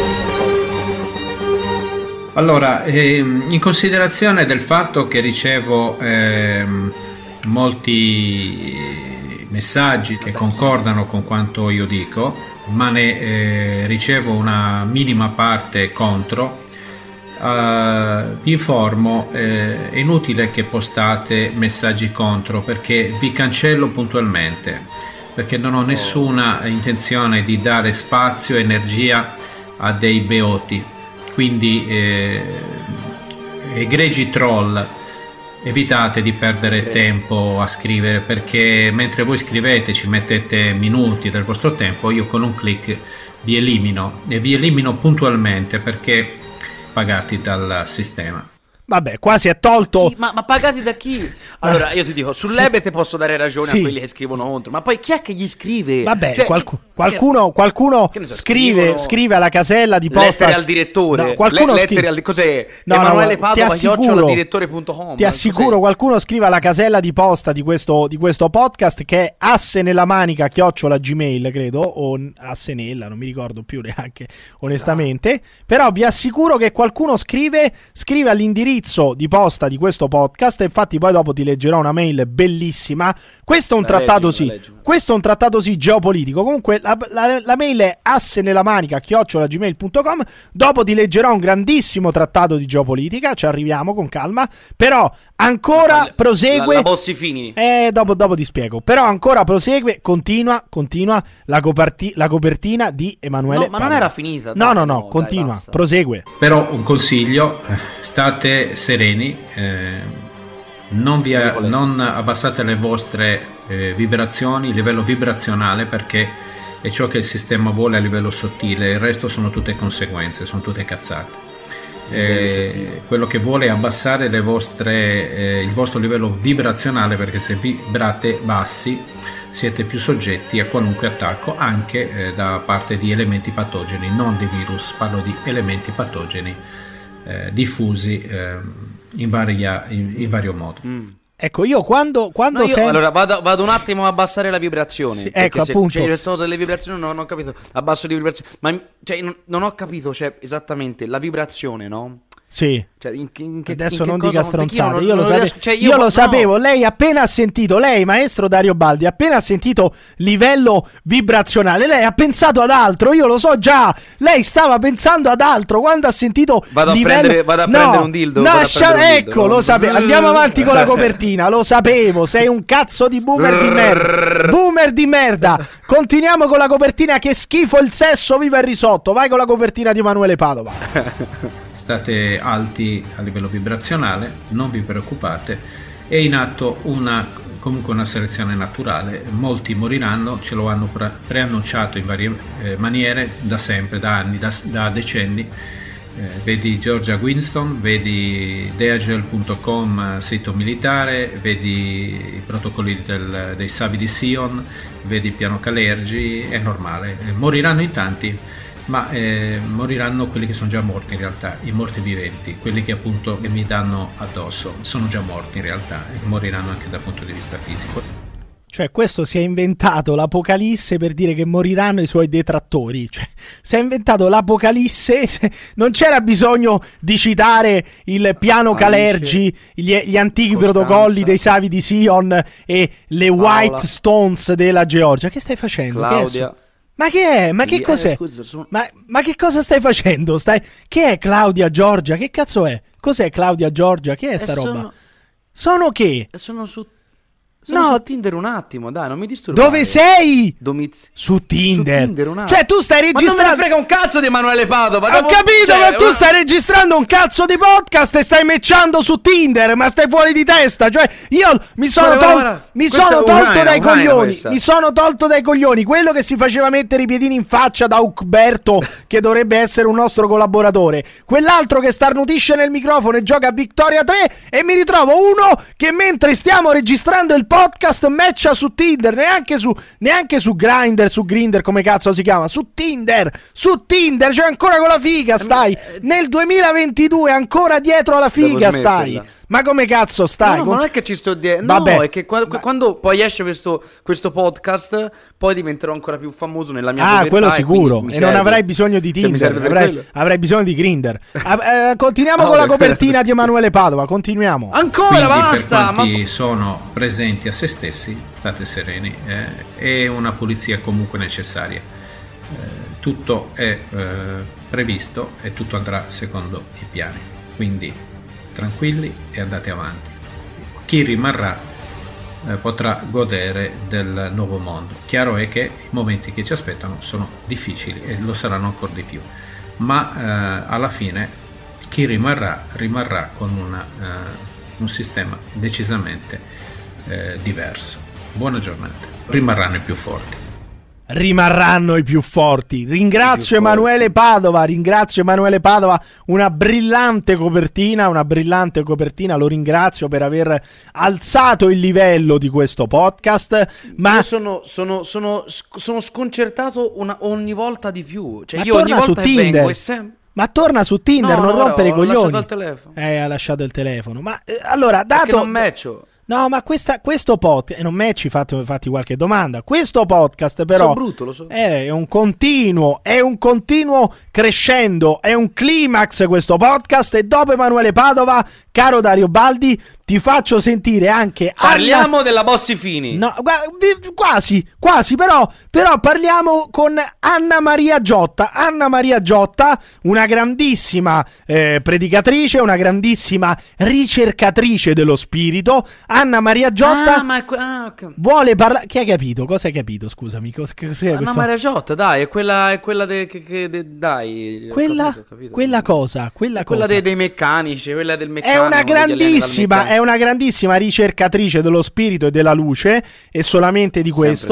Allora, ehm, in considerazione del fatto che ricevo ehm, molti messaggi che concordano con quanto io dico, ma ne eh, ricevo una minima parte contro, eh, vi informo, eh, è inutile che postate messaggi contro, perché vi cancello puntualmente, perché non ho nessuna intenzione di dare spazio e energia a dei beoti. Quindi eh, egregi troll, evitate di perdere tempo a scrivere, perché mentre voi scrivete ci mettete minuti del vostro tempo, io con un click vi elimino, e vi elimino puntualmente perché pagati dal sistema. Vabbè, quasi è tolto. Chi? Ma, ma pagati da chi? Allora, io ti dico, sull'E B E ti posso dare ragione Sì. a quelli che scrivono contro, ma poi chi è che gli scrive? Vabbè, Cioè, qualcu- che- qualcuno, qualcuno che ne so, scrive, scrivono scrive alla casella di posta. lettere al direttore, No, qualcuno le- scrive- lettere al cos'è? No, no, Emanuele guarda, ti Padova assicuro- chiocciola direttore punto com. Ti assicuro, Cos'è? qualcuno scrive alla casella di posta di questo, di questo podcast, che è asse nella manica chiocciola gmail, credo, o n- asse nella, non mi ricordo più neanche onestamente, però vi assicuro che qualcuno scrive scrive all'indirizzo di posta di questo podcast, e infatti poi dopo ti leggerò una mail bellissima. Questo è un La trattato leggi, sì, la leggi. questo è un trattato sì geopolitico. Comunque la, la- la mail è asse nella manica chiocciola gmail punto com. Dopo ti leggerò un grandissimo trattato di geopolitica, ci arriviamo con calma, però ancora La- prosegue la, la Bossi-Fini. eh, dopo, dopo ti spiego. Però ancora prosegue, continua, continua la, coperti- la copertina di Emanuele No, ma non Padova. era finita, No, dai, no, no, no, dai, continua, basta. prosegue. Però un consiglio, eh, state sereni, eh, non, vi, non abbassate le vostre eh, vibrazioni, il livello vibrazionale, perché è ciò che il sistema vuole a livello sottile, il resto sono tutte conseguenze, sono tutte cazzate. Eh, quello che vuole è abbassare le vostre, eh, il vostro livello vibrazionale, perché se vibrate bassi siete più soggetti a qualunque attacco, anche eh, da parte di elementi patogeni, non di virus, parlo di elementi patogeni eh, diffusi eh, in, varia, in, in vario modo. Mm. Ecco, io quando, quando no, io, sento... allora vado, vado un attimo a abbassare la vibrazione. Sì, ecco, se, appunto. Cioè, questa cosa delle vibrazioni non, non ho capito. Abbasso le vibrazioni. Ma cioè, non, non ho capito, cioè, esattamente la vibrazione, no? sì. Cioè, in, in che, Adesso in non che dica cosa, stronzate. non, Io, non lo, sape- riesco, cioè, io io lo no. sapevo. Lei appena ha sentito, lei, maestro Dario Baldi, appena ha sentito livello vibrazionale, lei ha pensato ad altro. Io lo so già. Lei stava pensando ad altro quando ha sentito Vado a livello... prendere, vado a no, prendere un dildo. no, vado a scia- prendere un ecco, dildo. lo sapevo. Andiamo avanti con la copertina. Lo sapevo. Sei un cazzo di boomer di merda. Boomer di merda. Continuiamo con la copertina. Che schifo il sesso, viva il risotto. Vai con la copertina di Emanuele Padova. State alti a livello vibrazionale, non vi preoccupate, è in atto una, comunque una selezione naturale, molti moriranno, ce lo hanno pre- preannunciato in varie eh, maniere da sempre, da anni, da, da decenni, eh, vedi Georgia Winston, vedi deagel punto com sito militare, vedi i protocolli del, dei Savi di Sion, vedi piano Calergi, è normale, eh, moriranno in tanti. Ma eh, moriranno quelli che sono già morti in realtà, i morti viventi, quelli che appunto che mi danno addosso, sono già morti in realtà e moriranno anche dal punto di vista fisico. Cioè, questo si è inventato l'Apocalisse per dire che moriranno i suoi detrattori. Cioè, si è inventato l'Apocalisse. Non c'era bisogno di citare il piano Calergi, gli, gli antichi Costanza, protocolli dei Savi di Sion e le Paola, White Stones della Georgia. Che stai facendo? Claudia. Che ma che è? Ma che eh, cos'è? Scusa, sono... ma, ma che cosa stai facendo? Stai... Che è Claudia Giorgia? Che cazzo è? Cos'è Claudia Giorgia? Che è sta eh, roba? Sono... sono che? Sono su... Sono no, su Tinder un attimo, dai, non mi disturbare. Dove sei? Domiz... Su Tinder. Su Tinder un attimo. Cioè, tu stai registrando. Ma non me ne frega un cazzo di Emanuele Padova. Ho dopo... capito, cioè, ma tu stai registrando un cazzo di podcast e stai matchando su Tinder, ma stai fuori di testa. Cioè, io mi sono, guarda, tol- guarda, mi questa sono è tolto Ucraina, dai Ucraina coglioni. questa. Mi sono tolto dai coglioni. Quello che si faceva mettere i piedini in faccia da Ucberto, che dovrebbe essere un nostro collaboratore. Quell'altro che starnutisce nel microfono e gioca a Victoria tre. E mi ritrovo uno che mentre stiamo registrando il podcast matcha su Tinder. Neanche su, neanche su Grindr, su Grindr, come cazzo si chiama? Su Tinder, su Tinder, cioè ancora con la figa stai. Nel duemilaventidue ancora dietro alla figa stai. Ma come cazzo stai? No, no, ma non è che ci sto dietro. Vabbè. No, è che qua- quando poi esce questo, questo podcast, poi diventerò ancora più famoso nella mia Ah, povertà, quello e sicuro. mi E serve. non avrai bisogno di Cioè, mi Tinder, serve per avrai, quello. avrai bisogno di Grindr. Ah, eh, continuiamo Ah, con la vabbè. copertina di Emanuele Padova. Continuiamo. Ancora, Quindi basta! per quanti Ma... sono presenti a se stessi, state sereni, eh, è una pulizia comunque necessaria. Eh, tutto è eh, previsto e tutto andrà secondo i piani. Quindi tranquilli e andate avanti. Chi rimarrà eh, potrà godere del nuovo mondo. Chiaro è che i momenti che ci aspettano sono difficili e lo saranno ancora di più, ma eh, alla fine chi rimarrà rimarrà con una, eh, un sistema decisamente eh, diverso. Buona giornata. Rimarranno i più forti. Rimarranno i più forti. Ringrazio I più Emanuele Padova, ringrazio Emanuele Padova, una brillante copertina, una brillante copertina, lo ringrazio per aver alzato il livello di questo podcast, ma Io sono, sono, sono, sono sconcertato una, ogni volta di più. Cioè, Ma io ogni torna su volta che Tinder. vengo e sem- Ma torna su Tinder, No, non no, rompere i ho coglioni. lasciato il telefono. Eh, ha lasciato il telefono. Ma eh, allora, Perché dato non matcho. No, ma questa, questo podcast, e non matchi, fatti, fatti qualche domanda. Questo podcast, però, Sono brutto, lo so. è un continuo, è un continuo crescendo, è un climax questo podcast. E dopo Emanuele Padova, caro Dario Baldi, ti faccio sentire anche Parliamo Anna... della Bossi Fini. No, gu- vi- quasi, quasi, però, però parliamo con Anna Maria Giotta. Anna Maria Giotta, una grandissima eh, predicatrice, una grandissima ricercatrice dello spirito. Anna Maria Giotta Ah, ma è que- ah, ok. vuole parlare. Chi hai capito? Cosa hai capito? Scusami, cos- cos'è Anna questo? Maria Giotta, dai, è quella, è quella de, che, che de- dai. ho Quella, capito, ho capito. quella cosa, quella, Quella cosa. dei, dei meccanici, quella del È meccanico. una uno degli alieni dal grandissima, meccanico. è una grandissima ricercatrice dello spirito e della luce, e solamente di Sempre questo, si fa.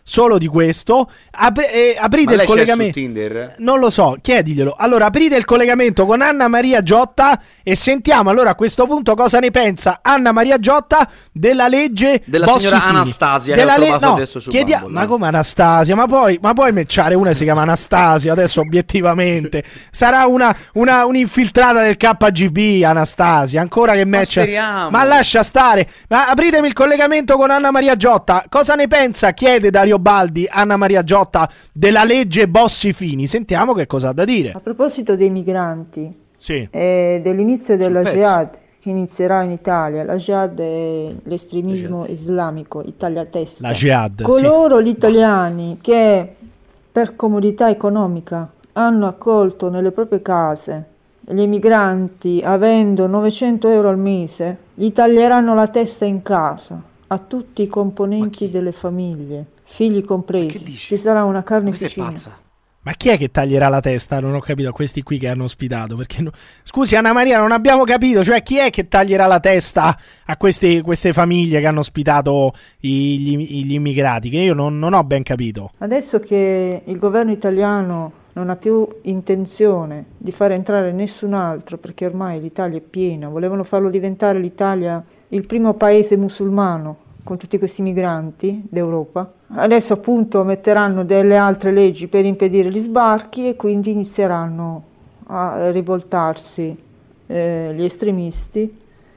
solo di questo. Ap- eh, aprite Ma il lei c'è collegamento. su Tinder? Non lo so, chiediglielo. Allora, aprite il collegamento con Anna Maria Giotta e sentiamo allora a questo punto cosa ne pensa Anna Maria Giotta della legge Della Bossi-Fini. signora Anastasia, Della che ho le- trovato no, adesso su chiedia- Bumble, ma eh. come Anastasia? Ma poi, ma puoi mecciare una che si chiama Anastasia adesso obiettivamente? Sarà una, una un'infiltrata del K G B, Anastasia, ancora che matcha. speriamo. Ma lascia stare. Ma apritemi il collegamento con Anna Maria Giotta. Cosa ne pensa, chiede Dario Baldi, Anna Maria Giotta, della legge Bossi-Fini? Sentiamo che cosa ha da dire. A proposito dei migranti Sì. e dell'inizio della pezzo. jihad che inizierà in Italia, la jihad è l'estremismo islamico, Italia testa. La jihad, Coloro gli italiani che per comodità economica hanno accolto nelle proprie case gli emigranti avendo novecento euro al mese, gli taglieranno la testa in casa a tutti i componenti delle famiglie, figli compresi. Ci sarà una carneficina. Ma chi è che taglierà la testa? Non ho capito, a questi qui che hanno ospitato. Perché no- Scusi Anna Maria, non abbiamo capito. Cioè, chi è che taglierà la testa a queste, queste famiglie che hanno ospitato i- gli, gli immigrati? Che io non, non ho ben capito. Adesso che il governo italiano non ha più intenzione di far entrare nessun altro, perché ormai l'Italia è piena, volevano farlo diventare l'Italia il primo paese musulmano con tutti questi migranti d'Europa. Adesso appunto metteranno delle altre leggi per impedire gli sbarchi e quindi inizieranno a rivoltarsi eh, gli estremisti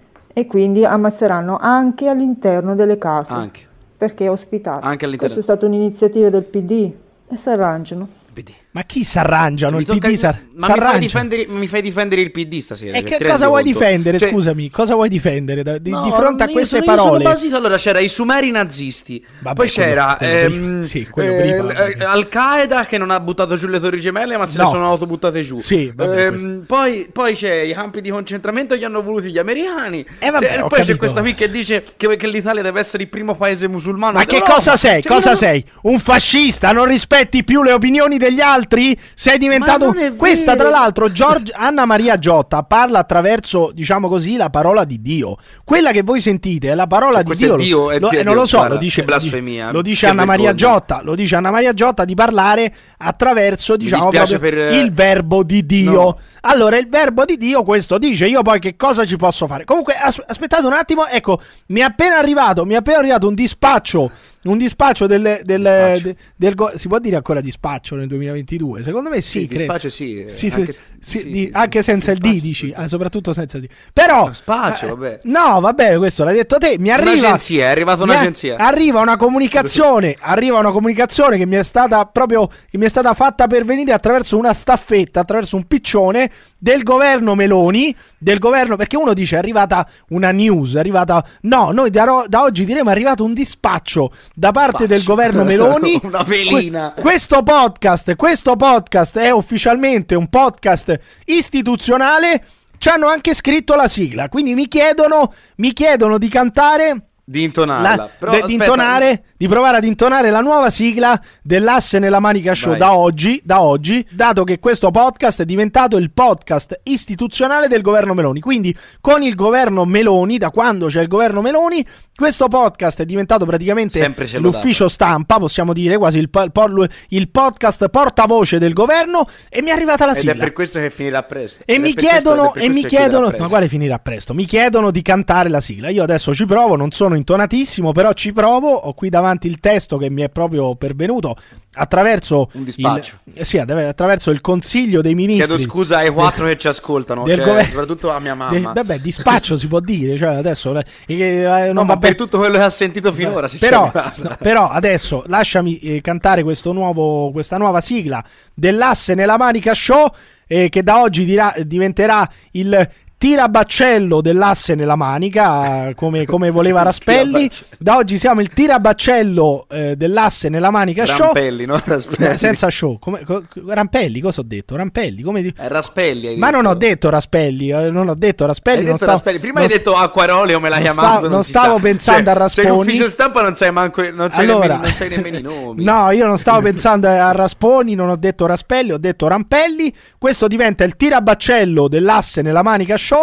e quindi ammazzeranno anche all'interno delle case. Anche. Perché ospitati. Anche all'interno. Questa è stata un'iniziativa del P D e si arrangiano. Ma chi s'arrangiano? Il Mi P D tocca- s'ar- ma mi fai, s'arrangia. difendere, mi fai difendere il P D stasera? E cioè, che ti cosa rendi vuoi conto? difendere? Cioè, Scusami, cosa vuoi difendere da- di, no, di fronte a io queste sono- io sono parole? basito, allora c'era i sumeri nazisti, Vabbè, poi quello- c'era quello prima- ehm, sì, quello eh, prima, l- vabbè. eh, Al-Qaeda che non ha buttato giù le torri gemelle ma se No. le sono autobuttate giù. Sì, vabbè, Ehm, questo- poi, poi c'è i campi di concentramento che hanno voluti gli americani. Eh, vabbè, Cioè, ho poi c'è capito. questa qui che dice che, che l'Italia deve essere il primo paese musulmano Ma che d'Europa. cosa sei? Cioè, cosa io- sei? Un fascista? Non rispetti più le opinioni degli altri? Sei diventato... Ma non è Questa, vero. tra l'altro, Giorg- Anna Maria Giotta parla attraverso, diciamo così, la parola di Dio. Quella che voi sentite è la parola di questo è Dio. Dio, è Lo- Dio, eh, non lo so, guarda, lo dice, che blasfemia, lo dice che Anna Maria vergogna. Giotta. Lo dice Anna Maria Giotta di parlare attraverso, diciamo, dispiace proprio per- il verbo di Dio. No. Allora, il verbo di Dio questo dice, io poi che cosa ci posso fare? Comunque, as- aspettate un attimo, ecco, mi è appena arrivato, mi è appena arrivato un dispaccio, un dispaccio del, del, Dispaccio. de- del go- si può dire ancora dispaccio nel duemilaventidue? Secondo me sì, Sì, credo. dispaccio sì, eh, Sì, sì, anche- sì, sì, di- sì, anche sì, senza il D dispaccio, dici, ah, soprattutto senza il D. Però Spaccio, eh, vabbè. no, vabbè, questo l'hai detto te, mi arriva Un'agenzia, è arrivata mi a- un'agenzia. Arriva una comunicazione, arriva una comunicazione che mi è stata proprio che mi è stata fatta pervenire attraverso una staffetta, attraverso un piccione del governo Meloni, del governo, perché uno dice è arrivata una news, è arrivata no, noi da, ro- da oggi diremo è arrivato un dispaccio da parte del governo Meloni. Una velina. Que- questo podcast, questo podcast è ufficialmente un podcast istituzionale. Ci hanno anche scritto la sigla, quindi mi chiedono, mi chiedono di cantare Di intonarla. la- Però, de- aspetta, di intonare, di provare ad intonare la nuova sigla dell'Asse nella Manica Show Vai. da oggi, da oggi, dato che questo podcast è diventato il podcast istituzionale del governo Meloni. Quindi con il governo Meloni, da quando c'è il governo Meloni, questo podcast è diventato praticamente Sempre ce l'ho l'ufficio stampa, possiamo dire, quasi il, po- il po- il podcast portavoce del governo, e mi è arrivata la Ed sigla. è per questo che finirà presto. E Ed è mi per questo- chiedono, ed è per e mi questo che finirà chiedono, presto. ma quale finirà presto? Mi chiedono di cantare la sigla. Io adesso ci provo, non sono intonatissimo, però ci provo. Ho qui davanti il testo che mi è proprio pervenuto attraverso Un dispaccio. il, eh sì, attraverso il Consiglio dei Ministri. Chiedo scusa ai quattro che ci ascoltano, del cioè, governo- soprattutto a mia mamma. del- vabbè, dispaccio si può dire, cioè adesso eh, eh, non No, va ma bene. per tutto quello che ha sentito finora, se Però, ci arriva. no, però adesso lasciami eh, cantare questo nuovo, questa nuova sigla dell'Asse nella Manica Show, eh, che da oggi dirà- diventerà il tirabaccello dell'Asse nella Manica, eh, come, come voleva Raspelli. Da oggi siamo il tirabaccello eh, dell'Asse nella Manica Show. Rampelli, no? Raspelli. Eh, senza show. Come, co- Rampelli, cosa ho detto? Rampelli, come di- Eh, Raspelli hai Ma detto. non ho detto Raspelli, eh, non ho detto Raspelli. Hai non detto stavo- Raspelli. Prima non hai detto Acquaroli o me l'hai non chiamato. stavo- non si stavo sa. pensando Cioè, a Rasponi. Sei in ufficio stampa, non sai manco non sai, Allora- nemmeno, non sai nemmeno i nomi. No, io non stavo pensando a Rasponi, non ho detto Raspelli, ho detto Rampelli. Questo diventa il tirabaccello dell'Asse nella Manica Show.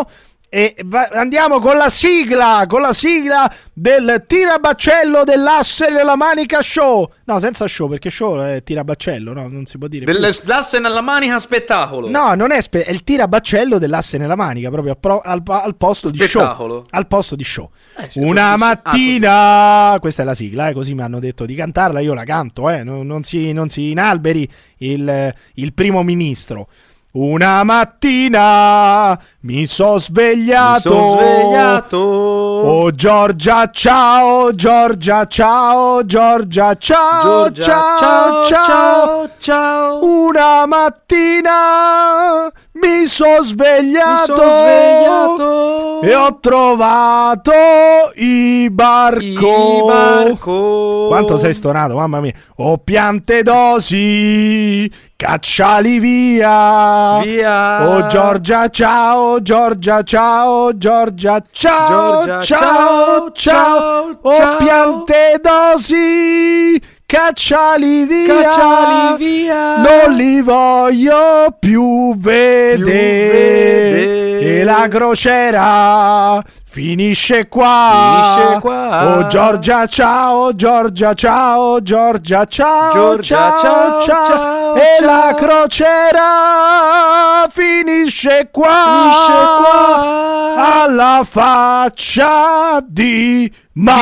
E va- andiamo con la sigla, con la sigla del tirabaccello dell'asse nella manica show. No, senza show, perché show è tirabaccello, no, non si può dire. Dell'asse nella manica spettacolo. No, non è, spe- è il tirabaccello dell'asse nella manica, proprio a pro- al, al posto di Spettacolo. show. Al posto di show. Eh, sì, Una così- mattina, questa è la sigla, eh, così mi hanno detto di cantarla, io la canto, eh, non, non si, non si inalberi il, il primo ministro. Una mattina mi sono svegliato. Mi son svegliato. Oh Giorgia, ciao, Giorgia, ciao, Giorgia, ciao, Giorgia, ciao, ciao, ciao, ciao, ciao. Una mattina mi sono svegliato, Mi son svegliato. e ho trovato i barco. I barco. Quanto sei stonato, mamma mia. Oh piante dosi, cacciali via. Via. Oh Giorgia, ciao, Giorgia, ciao, Giorgia, ciao, Giorgia, ciao, ciao, ciao. Oh ciao. piante dosi, cacciali via. Cacciali via. Non li voglio più vedere. vedere. E la crociera finisce qua. Finisce qua. Oh Giorgia, ciao, Giorgia, ciao, Giorgia, ciao, Giorgia, ciao, ciao, ciao, E ciao. la crociera finisce qua. Finisce qua. Alla faccia di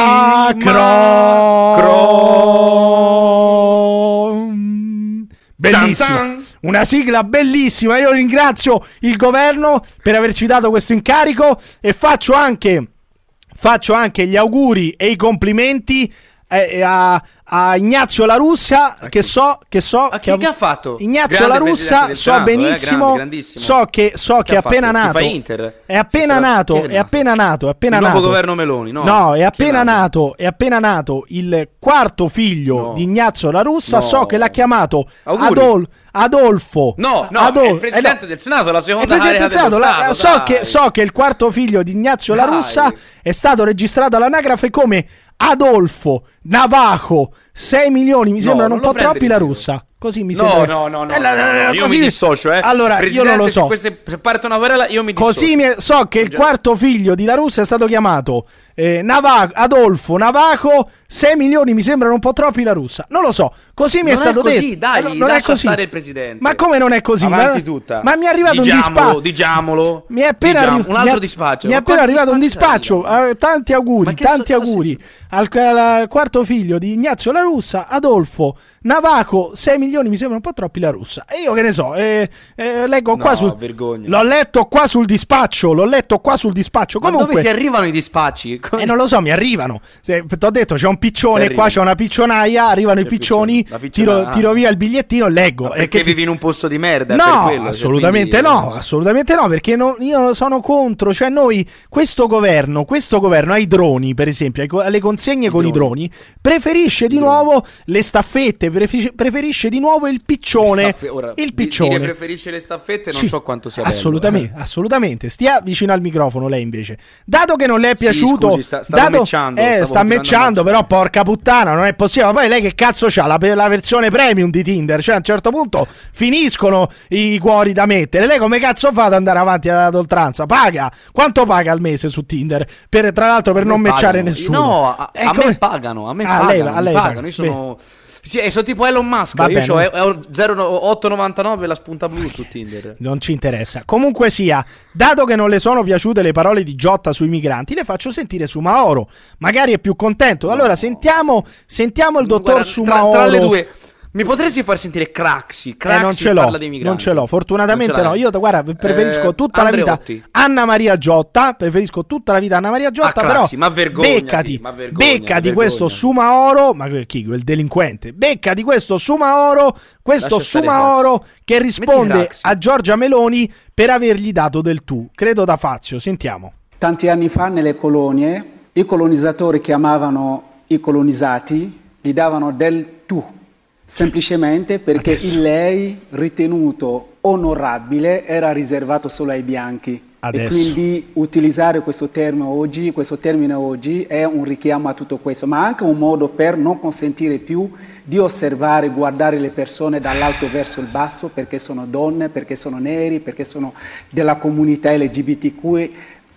Macron. Bellissima. Zan zan. Una sigla bellissima. Io ringrazio il governo per averci dato questo incarico e faccio anche faccio anche gli auguri e i complimenti eh, a, a Ignazio La Russa, che so che so A chi che ha fatto? Ignazio Grande La Russa, presidente del so Senato, eh, benissimo, grande, grandissimo. so che so che, Che è ha appena fatto? nato. Tifa Inter? È appena Chi sarà- nato, chi è è nato? appena nato, è appena Il nato. nuovo governo Meloni, no? No, è Chi è appena nato? nato, è appena nato il quarto figlio No. di Ignazio La Russa, No. so che l'ha chiamato Auguri. Adol- Adolfo. No, no, Adol- è il presidente eh, no. del Senato, la È seconda il presidente carica del dello Senato, la- Stato, so, dai. che, so che il quarto figlio di Ignazio La Dai. Russa è stato registrato all'anagrafe come Adolfo Navajo. sei milioni mi No, sembrano un non po' lo prendere troppi in La giro. Russa. Così mi No, sembra. no, no, no, Eh, la- no, no, la- io così mi dissocio, eh. Allora, io non lo Presidente, so. Se, queste, se parte una querela, io mi dissocio. Così mi è- so che il Già. quarto figlio di La Russa è stato chiamato eh, Nava- Adolfo Navajo. sei milioni mi sembrano un po' troppi La Russa. Non lo so. Così mi è Non stato è così, detto. dai, Eh, no, non è lascia così. stare il presidente. Ma come non è così? Avanti ma, tutta. ma mi è arrivato Diciamolo, un dispaccio. diciamolo. Mi è appena Diciamo, arri- un altro mi è- dispaccio. Mi è Ma appena quanti arrivato un dispacci dispaccio. Eh, tanti auguri, Ma che tanti so- cosa auguri al, al quarto figlio di Ignazio La Russa, Adolfo Navajo. sei milioni mi sembrano un po' troppi La Russa. E io che ne so, eh, eh, leggo qua No, sul vergogna. L'ho letto qua sul dispaccio, l'ho letto qua sul dispaccio. Ma Comunque dove ti arrivano i dispacci? e non lo so, mi arrivano. Ti ho detto, c'è un piccione, Ti qua arrivano. c'è una piccionaia, arrivano i C'è piccioni, piccione, la picciona- tiro, ah. tiro via il bigliettino e leggo. Ma E perché che ti- vivi in un posto di merda? per No, quello, cioè, assolutamente quindi- no, assolutamente no, perché no- io sono contro, cioè noi, questo governo, questo governo ai droni, per esempio, ai co- alle consegne con i droni, preferisce di nuovo le staffette, preferisce, preferisce di nuovo il piccione, Staffe- ora, il di- piccione. dire preferisce le staffette, non Sì, so quanto sia bello, assolutamente, eh. assolutamente. Stia vicino al microfono lei invece. Dato che non le è Sì, piaciuto, scusi, sta- stavo dato, mecciando, eh, stavo sta continuando a mecciando, però porca puttana, non è possibile. Ma poi lei che cazzo c'ha la, la versione premium di Tinder? Cioè a un certo punto finiscono i cuori da mettere. Lei come cazzo fa ad andare avanti ad oltranza? Paga? Quanto paga al mese su Tinder? Per, tra l'altro per A me non mecciare pagano. nessuno. No, a, Eh, a come- me pagano, a me Ah, pagano, lei- a mi lei pagano. pagano. Io sono sì, sono tipo Elon Musk, Va io bene. ho zero otto novantanove la spunta blu su Tinder. Non ci interessa. Comunque sia, dato che non le sono piaciute le parole di Giotta sui migranti, le faccio sentire Sumaoro. Magari è più contento. Allora sentiamo, sentiamo il dottor Guarda, tra, Sumaoro. tra le due mi potresti far sentire Craxi? Eh, Craxi non ce l'ho, parla dei migranti. non ce l'ho, fortunatamente Non ce no. l'hai? Io guarda, preferisco Eh, tutta la vita Andreotti. Anna Maria Giotta, preferisco tutta la vita Anna Maria Giotta, Ah, però Craxi, ma vergognati, beccati, ma vergogna, beccati ma questo vergogna. Sumaoro, ma chi quel delinquente? Becca di questo Sumaoro, questo Lascia stare Sumaoro che risponde Craxi. a Giorgia Meloni per avergli dato del tu. Credo da Fazio, sentiamo. Tanti anni fa nelle colonie i colonizzatori chiamavano i colonizzati, gli davano del tu, semplicemente perché Adesso. il lei ritenuto onorabile era riservato solo ai bianchi. Adesso. E quindi utilizzare questo termine oggi, questo termine oggi è un richiamo a tutto questo, ma anche un modo per non consentire più di osservare, guardare le persone dall'alto verso il basso perché sono donne, perché sono neri, perché sono della comunità L G B T Q.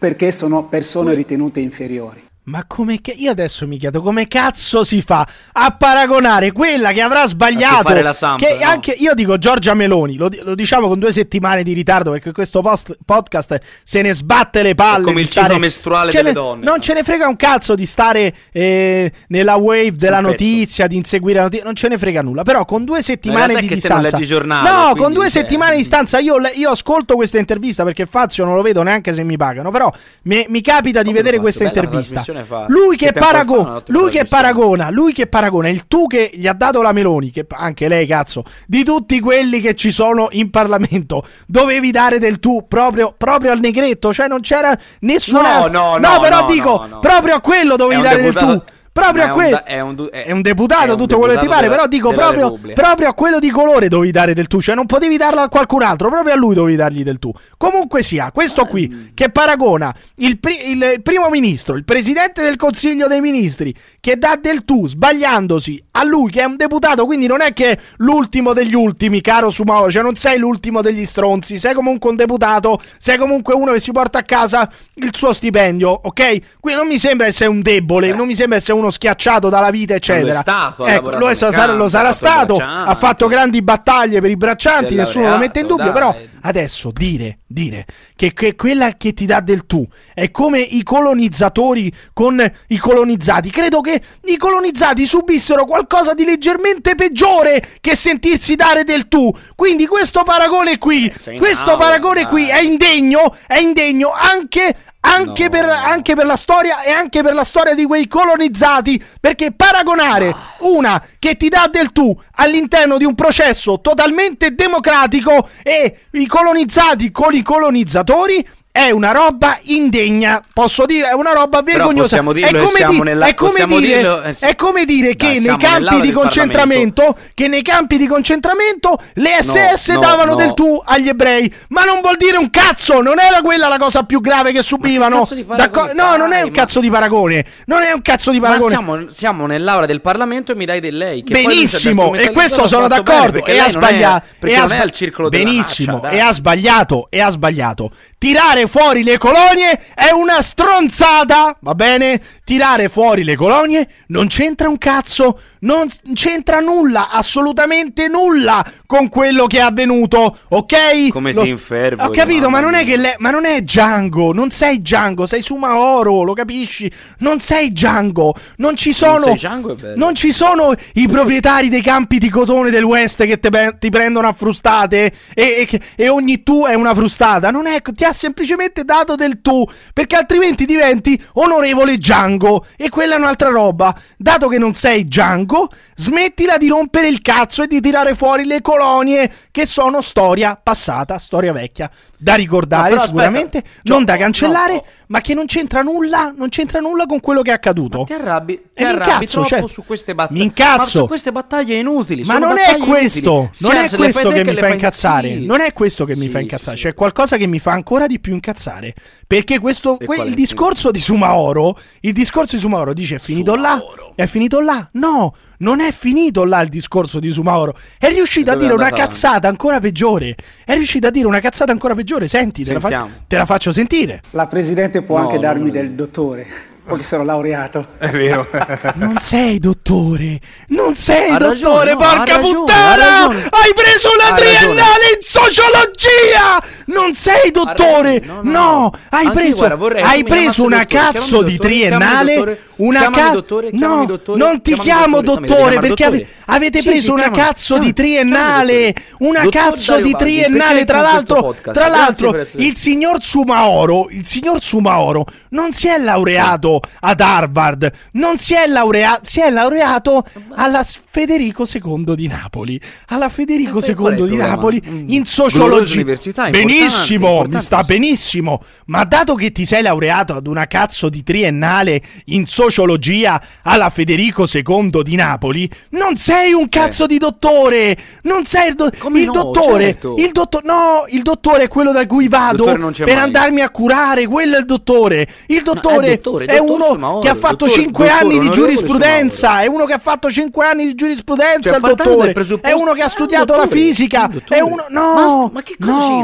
perché sono persone ritenute inferiori. Ma come che io adesso mi chiedo come cazzo si fa a paragonare quella che avrà sbagliato fare la Samp, che no? anche io dico Giorgia Meloni, lo, lo diciamo con due settimane di ritardo perché questo post, podcast se ne sbatte le palle, è come di il ciclo stare, mestruale ce delle ne, donne. non ce ne frega un cazzo di stare eh, nella wave della Sul notizia, di inseguire la notizia, non ce ne frega nulla, però con due settimane di che distanza te non leggi giornali, no, quindi, con due cioè, settimane di distanza io, io ascolto questa intervista perché Fazio non lo vedo neanche se mi pagano, però mi, mi capita di Come vedere lo questa faccio? Bella intervista. fa. Lui che Che tempo paragona, fa, no? lui che paragona, lui che paragona il tu che gli ha dato la Meloni, che anche lei cazzo, di tutti quelli che ci sono in Parlamento, dovevi dare del tu proprio, proprio al Negretto, cioè non c'era nessuno. No, no, no, però no, dico, no, no. proprio a quello dovevi dare del tu. Proprio a quello è un, è, è un deputato, è un tutto quello che ti pare, della, però dico proprio, proprio a quello di colore dovevi dare del tu, cioè non potevi darlo a qualcun altro, proprio a lui dovevi dargli del tu. Comunque sia, questo qui che paragona il, pri- il, il primo ministro, il presidente del Consiglio dei Ministri, che dà del tu sbagliandosi a lui che è un deputato, quindi non è che è l'ultimo degli ultimi, caro Sumaoro, cioè non sei l'ultimo degli stronzi, sei comunque un deputato, sei comunque uno che si porta a casa il suo stipendio, ok? Qui non mi sembra essere un debole, eh. non mi sembra essere uno schiacciato dalla vita eccetera. Lo è stato, ecco, lo, è, sarà, lo sarà stato, ha fatto grandi battaglie per i braccianti, nessuno lo mette in dubbio, dai. Però adesso dire, dire che, che quella che ti dà del tu è come i colonizzatori con i colonizzati, credo che i colonizzati subissero qualcosa di leggermente peggiore che sentirsi dare del tu, quindi questo paragone qui, eh, questo paragone qui è indegno, è indegno anche Anche, no. per, anche per la storia e anche per la storia di quei colonizzati, perché paragonare no. una che ti dà del tu all'interno di un processo totalmente democratico e i colonizzati con i colonizzatori è una roba indegna, posso dire, è una roba vergognosa. Dirlo, è come, di, nella, è come dire, dirlo, eh, sì. è come dire che Dai, nei campi di concentramento, che nei campi di concentramento le S S no, davano no, del no. tu agli ebrei, ma non vuol dire un cazzo, non era quella la cosa più grave che subivano. Co- no, non è un cazzo ma... di paragone, non è un cazzo di paragone. Ma siamo, siamo nell'aula del Parlamento e mi dai del lei. Che benissimo, e questo sono d'accordo. Bene, e ha sbagliato. Perché non è al circolo della benissimo, marcia, e ha sbagliato, e ha sbagliato. Tirare fuori le colonie è una stronzata, va bene? Tirare fuori le colonie non c'entra un cazzo, non c'entra nulla, assolutamente nulla con quello che è avvenuto, ok? Come lo... ti infermo. Ho capito, ma non è che le... ma non è Django, non sei Django, sei Sumaoro, lo capisci? Non sei Django, non ci sono non, Django, è bello. Non ci sono i proprietari dei campi di cotone del West che te be... ti prendono a frustate e, e, e ogni tu è una frustata, non è, ti ha semplicemente dato del tu, perché altrimenti diventi onorevole Django e quella è un'altra roba. Dato che non sei Django, smettila di rompere il cazzo e di tirare fuori le colonie che sono storia passata, storia vecchia, da ricordare no, sicuramente, aspetta, non da cancellare, no. ma che non c'entra nulla, non c'entra nulla con quello che è accaduto. Ma ti arrabbi, ti e arrabbi incazzo, troppo cioè, su queste battaglie. Mi incazzo. Ma su queste battaglie inutili. Ma non è questo, non è questo che mi fa incazzare. Sì. Non è questo che mi sì, fa incazzare. Sì, C'è qualcosa che mi fa ancora di più incazzare. Perché questo, que- il discorso il di Sumaoro, il discorso di Sumaoro dice è finito Sumaoro. là, è finito là. No, non è finito là il discorso di Sumaoro. È riuscito a dire una cazzata ancora peggiore. È riuscito a dire una cazzata ancora peggiore. Senti, te la, fa- te la faccio sentire. La Presidente può no, anche darmi no, del dottore. Perché sono laureato. È vero. Non sei dottore. Non sei ha dottore, ragione, porca no, puttana. ragione, Hai preso una ha triennale ragione. in sociologia. Non sei dottore. No, no, no. Hai Anche preso guarda, vorrei, Hai preso una dottore, cazzo dottore, di triennale. Dottore, una cazzo No, dottore, non ti chiamo dottore, dottore perché dottore. avete sì, preso sì, una chiamami, cazzo chiamami, di triennale. Una dottore cazzo Dario di triennale, tra l'altro, tra l'altro il signor Sumaoro, il signor Sumaoro non si è laureato ad Harvard, non si è laureato, si è laureato alla Federico secondo di Napoli, alla Federico eh, secondo di Napoli in sociologia. Benissimo, mi sta benissimo, ma dato che ti sei laureato ad una cazzo di triennale in sociologia alla Federico secondo di Napoli, non sei un cazzo eh. di dottore, non sei il, do- il no, dottore, certo. il dottore, no, il dottore è quello da cui vado per mai. andarmi a curare, quello è il dottore. Il dottore, è, dottore, è uno Sumaoro, che ha fatto dottore, cinque dottore, anni di giurisprudenza, Sumaoro. È uno che ha fatto cinque anni di giurisprudenza, cioè, il dottore. È uno che ha studiato dottore, la fisica, è uno no, ma, ma che cosa no, c'entra? no,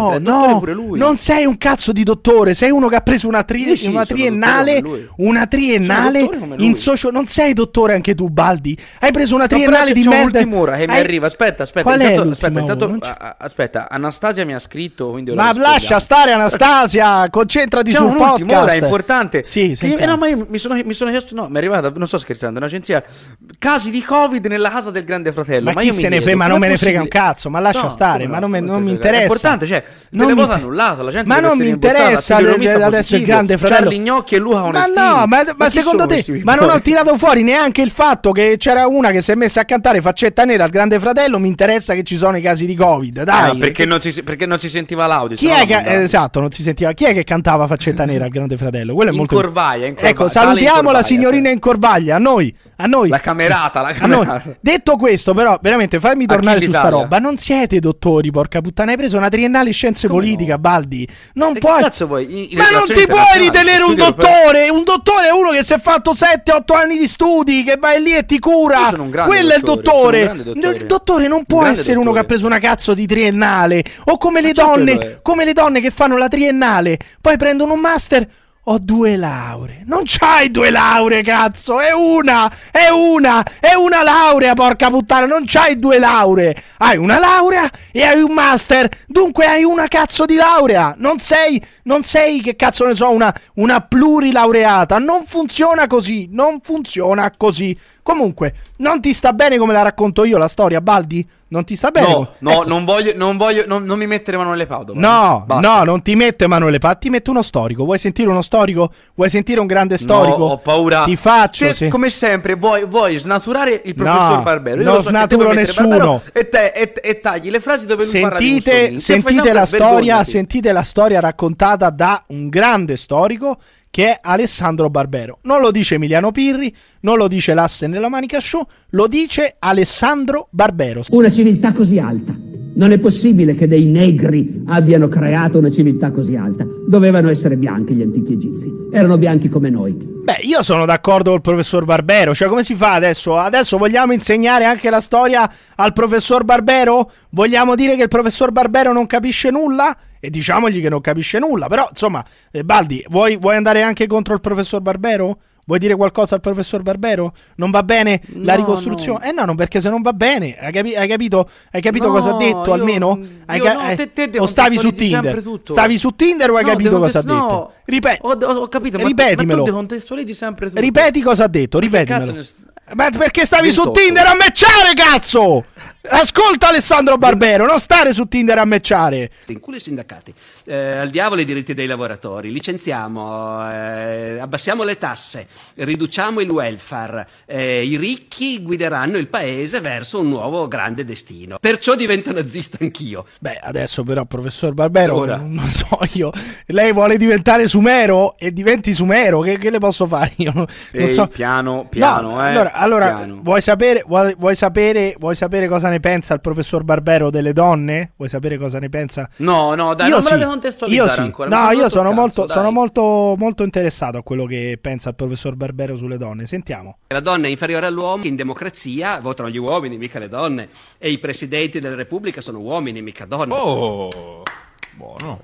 No, non sei un cazzo di dottore, sei uno che ha preso una, tri- sì, una triennale, una triennale in socio. Non sei dottore anche tu, Baldi. Hai preso una triennale di merda. L'ultima ora che Hai... mi arriva. Aspetta, aspetta. Qual intanto, è aspetta, intanto, c- a- aspetta, Anastasia mi ha scritto, quindi ma lascia stare Anastasia, concentrati sul podcast. Ora è importante. Sì, sì. Eh, no, ma io mi sono, mi sono chiesto, no, mi è arrivata, non sto scherzando, un'agenzia, casi di Covid nella casa del Grande Fratello. Ma, ma chi io se mi ne frega, ma non me ne frega un cazzo, ma lascia no, stare, no, ma non, me, non mi È interessa. importante, cioè, non televoto mi... annullato, la gente ma non mi interessa adesso il Grande Fratello. Charlie Gnocchi e Luca Ma no, ma, ma, ma secondo te, ma non ho tirato fuori neanche il fatto che c'era una che si è messa a cantare Faccetta Nera al Grande Fratello. Mi interessa che ci sono i casi di Covid, dai. Ah, perché, non si, perché non si sentiva l'audio. Chi è che, eh, esatto, non si sentiva. Chi è che cantava Faccetta Nera al Grande Fratello? Quello è in molto Corvaglia, in Corvaglia. Ecco, salutiamo la signorina in Corvaglia, a noi, a noi. La camerata, la camerata. Detto questo, però, veramente fammi tornare su sta roba. Non siete dottori, porca puttana, hai preso una triennale in scienze Come politiche, no? Baldi. Non e puoi che cazzo vuoi? Ma non ti puoi ritenere un dottore, per... un dottore è uno che si è fatto sette otto anni di studi, che vai lì e ti cura. Quello è il dottore. dottore. Il dottore non può essere dottore. Uno che ha preso una cazzo di triennale, o come le donne, come le donne che fanno la triennale, poi prendono un master. Ho due lauree. Non c'hai due lauree, cazzo. È una. È una. È una laurea, porca puttana. Non c'hai due lauree. Hai una laurea e hai un master. Dunque hai una cazzo di laurea. Non sei. Non sei, che cazzo ne so, una, una plurilaureata. Non funziona così. Non funziona così. Comunque, non ti sta bene come la racconto io la storia, Baldi? Non ti sta bene? No, no, ecco. non voglio, non voglio, non, non mi mettere Emanuele Padova. No, basta. no, non ti metto Emanuele Padova, ti metto uno storico. Vuoi sentire uno storico? Vuoi sentire un grande storico? No, ho paura. Ti faccio, Te, sì. come sempre, vuoi, vuoi snaturare il professor no, Barbero. Io non lo so snaturo nessuno. E, te, e, e tagli le frasi dove lui sentite, parla di sentite la storia, sentite la storia raccontata da un grande storico che è Alessandro Barbero. Non lo dice Emiliano Pirri, non lo dice l'Asse nella Manica Show, lo dice Alessandro Barbero. Una civiltà così alta. Non è possibile che dei negri abbiano creato una civiltà così alta. Dovevano essere bianchi gli antichi egizi. Erano bianchi come noi. Beh, io sono d'accordo col professor Barbero. Cioè, come si fa adesso? Adesso vogliamo insegnare anche la storia al professor Barbero? Vogliamo dire che il professor Barbero non capisce nulla? E diciamogli che non capisce nulla. Però, insomma, eh, Baldi, vuoi, vuoi andare anche contro il professor Barbero? Vuoi dire qualcosa al professor Barbero? Non va bene la no, ricostruzione? No. Eh no, no, perché se non va bene, hai, capi- hai capito, hai capito no, cosa ha detto io, almeno? Io hai ca- no, te, te o stavi su Tinder? Stavi su Tinder o hai no, capito cosa ha no. detto? Ripeti. Ho, ho capito, ripetimelo. Ma tu decontestualizzi sempre tutto. Ripeti cosa ha detto, ripetimelo. Ne... Ma perché stavi su Tinder a matchare, cazzo? Ascolta Alessandro Barbero, non stare su Tinder a matchare. In culo i sindacati, eh, al diavolo i diritti dei lavoratori, licenziamo, eh, abbassiamo le tasse, riduciamo il welfare, eh, i ricchi guideranno il paese verso un nuovo grande destino. Perciò divento nazista anch'io. Beh, adesso però, professor Barbero, Ora. non so io, lei vuole diventare sumero e diventi sumero, che, che le posso fare io? Non Ehi, so. piano, piano, no, eh, allora, allora piano. Vuoi, sapere, vuoi, vuoi, sapere, vuoi sapere cosa ne pensa il professor Barbero delle donne? Vuoi sapere cosa ne pensa? No, no, dai, io non sì, me la devo contestualizzare io sì. ancora. No, io sono, cazzo, molto, dai. sono molto, molto interessato a quello che pensa il professor Barbero sulle donne. Sentiamo. La donna è inferiore all'uomo, in democrazia votano gli uomini, mica le donne, e i presidenti della Repubblica sono uomini, mica donne. Oh, buono.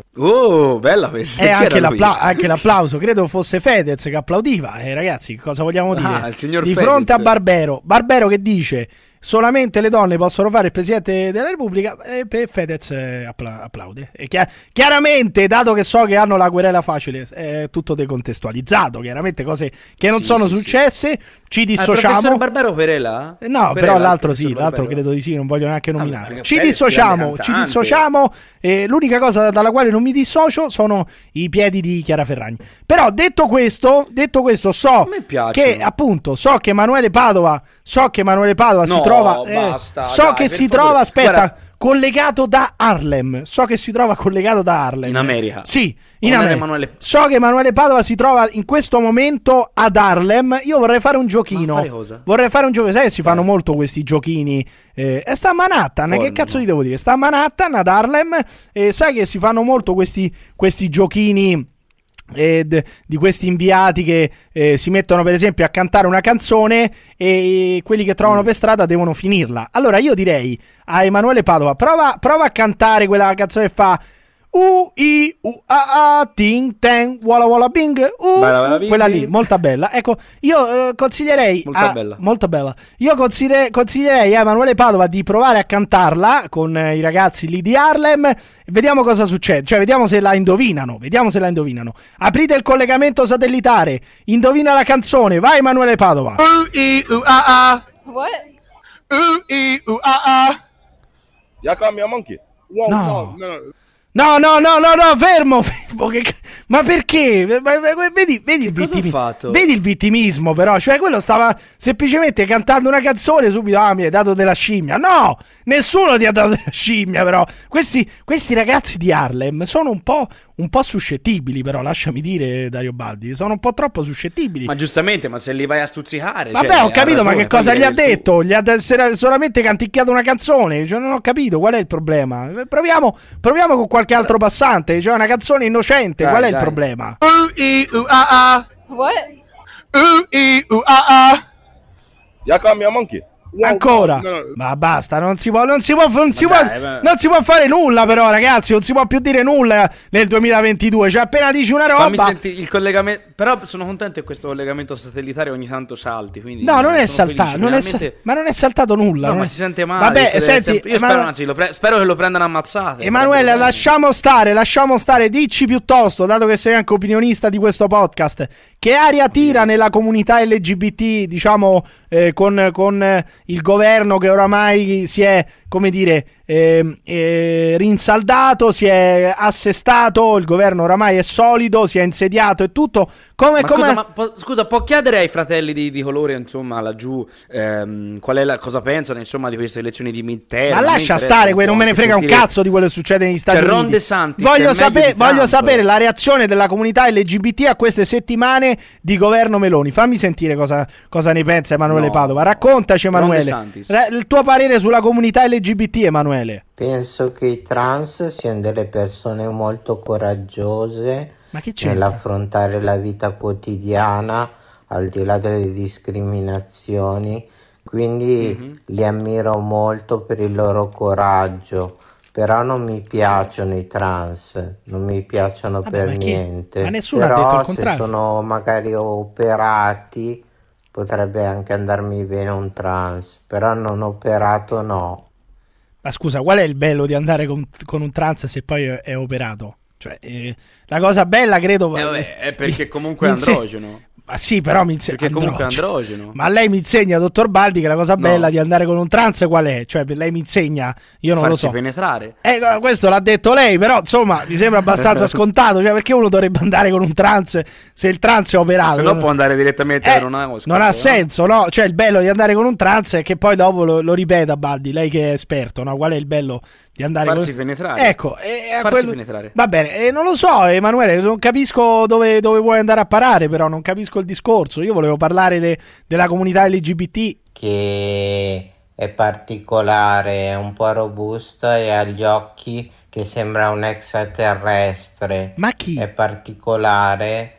Oh, bella questa. E anche, l'appla- anche l'applauso, credo fosse Fedez che applaudiva. Eh, ragazzi, cosa vogliamo dire? Ah, il signor Di Fedez. fronte a Barbero, Barbero che dice solamente le donne possono fare il Presidente della Repubblica, e per Fedez eh, appla- applaude. E chi- chiaramente, dato che so che hanno la querela facile, è tutto decontestualizzato, chiaramente cose che non Sì, sono sì, successe, sì. ci Ah, il dissociamo. professor Barbero querela? Eh, No, Querela, però l'altro il sì, professor l'altro Barbero. credo di sì, non voglio neanche nominarlo. Ah, Ci Fedez, dissociamo, grande ci cantante. dissociamo. Eh, l'unica cosa dalla quale non mi dissocio sono i piedi di Chiara Ferragni. Però detto questo, detto questo, so me piacciono. che appunto so che Emanuele Padova, so che Emanuele Padova No, si trova, eh, basta, so dai, che per si favore. trova, aspetta, Guarda, collegato da Harlem. So che si trova collegato da Harlem. In America. Sì, in Non era America. Emanuele- So che Emanuele Padova si trova in questo momento ad Harlem. Io vorrei fare un giochino. Ma fare cosa? Vorrei fare un gioco. Sai che si fanno molto questi giochini. Eh, e sta a Manhattan. Porno. Che cazzo ti devo dire? Sta a Manhattan, ad Harlem. E sai che si fanno molto questi, questi giochini. eh, d- di questi inviati che eh, si mettono per esempio a cantare una canzone e quelli che trovano Mm. per strada devono finirla. Allora io direi a Emanuele Padova, prova, prova a cantare quella canzone che fa U I U A A ting tang walla walla bing uh, Bella, uh, quella lì molto bella. Ecco, io eh, consiglierei molto a, bella molto bella io consigliere, consiglierei a Emanuele Padova di provare a cantarla con eh, i ragazzi lì di Harlem e vediamo cosa succede, cioè vediamo se la indovinano vediamo se la indovinano. Aprite il collegamento satellitare, indovina la canzone, vai Emanuele Padova. U I U A A. What? U I U A A. Y'all call me a monkey? No. No, no, no, no, no, no, fermo, fermo. Che... Ma perché? Vedi, vedi, il vittimismo, vedi il vittimismo, però. Cioè, quello stava semplicemente cantando una canzone. Subito, ah, mi hai dato della scimmia. No, nessuno ti ha dato della scimmia, però. Questi, questi ragazzi di Harlem sono un po', un po' suscettibili, però. Lasciami dire, Dario Baldi, sono un po' troppo suscettibili. Ma giustamente, ma se li vai a stuzzicare. Vabbè, cioè, ho capito, ragione, ma che cosa gli ha tu... detto? Gli ha solamente canticchiato una canzone. Cioè, non ho capito qual è il problema. Proviamo, proviamo con qualche altro passante. Cioè, una canzone innocente. Dai, qual è dai. il problema? U I U A A. What? U I U A A. Y'all call me a monkey? Ancora? Ma basta, non si può, non si può, non si può, dai, ma- non si può fare nulla, però, ragazzi, non si può più dire nulla nel duemilaventidue. Cioè, appena dici una Fammi roba. sentire il collegamento. Però sono contento che questo collegamento satellitare ogni tanto salti. Quindi No, non è sono saltato, felice, non è finalmente- sa- ma non è saltato nulla. No, non ma è- si sente male. Vabbè, deve senti, sempre- Io spero, Emanuele- anzi, lo pre- spero che lo prendano ammazzate. Emanuele, Proprio bene. lasciamo stare, lasciamo stare. Dici piuttosto, dato che sei anche opinionista di questo podcast, che aria tira nella comunità L G B T, diciamo, eh, con, con eh, il governo che oramai si è, come dire, eh, eh, rinsaldato, si è assestato, il governo oramai è solido, si è insediato e tutto. Come, Ma come... scusa, ma po- scusa, può chiedere ai fratelli di, di colore, insomma, laggiù, ehm, qual è la, cosa pensano, insomma, di queste elezioni di midterm? Ma A me lascia interessa stare, un que- po' non me ne anche frega un sentire- cazzo di quello che succede negli Stati C'è Ron Uniti. DeSantis, che Voglio, è sape- meglio di voglio Trump. sapere la reazione della comunità L G B T a queste settimane di governo Meloni. Fammi sentire cosa, cosa ne pensa Emanuele No. Padova. Raccontaci, Ron Emanuele, DeSantis. Ra- il tuo parere sulla comunità L G B T, Emanuele. Penso che i trans siano delle persone molto coraggiose Ma che c'entra? nell'affrontare la vita quotidiana, al di là delle discriminazioni, quindi Mhm. li ammiro molto per il loro coraggio. Però non mi piacciono i trans, non mi piacciono Vabbè, per ma chi- niente. ma nessuno ha Però detto il se contrario. sono magari operati potrebbe anche andarmi bene un trans, però non operato no. Ma scusa, qual è il bello di andare con, con un trans se poi è, è operato? Cioè, eh, la cosa bella, credo... Eh, vabbè, è perché comunque è mi inse- androgeno. Ma sì, però mi insegna... Perché comunque è androgeno. Ma lei mi insegna, dottor Baldi, che la cosa No. bella di andare con un trans qual è? Cioè, lei mi insegna, io non Farsi lo so. penetrare. Eh, questo l'ha detto lei, però insomma mi sembra abbastanza scontato. Cioè, perché uno dovrebbe andare con un trans se il trans è operato? Se no può andare direttamente Eh, per una cosa. non ha senso, no? Cioè, il bello di andare con un trans è che poi dopo lo, lo ripeta Baldi, lei che è esperto, no? Qual è il bello di andare Farsi con... penetrare. Ecco, e a Farsi quello- penetrare. Va bene, e non lo so, Emanuele, non capisco dove, dove vuoi andare a parare, però non capisco il discorso. Io volevo parlare de- della comunità L G B T. Che è particolare, è un po' robusta e ha gli occhi che sembra un extraterrestre. Ma chi? È particolare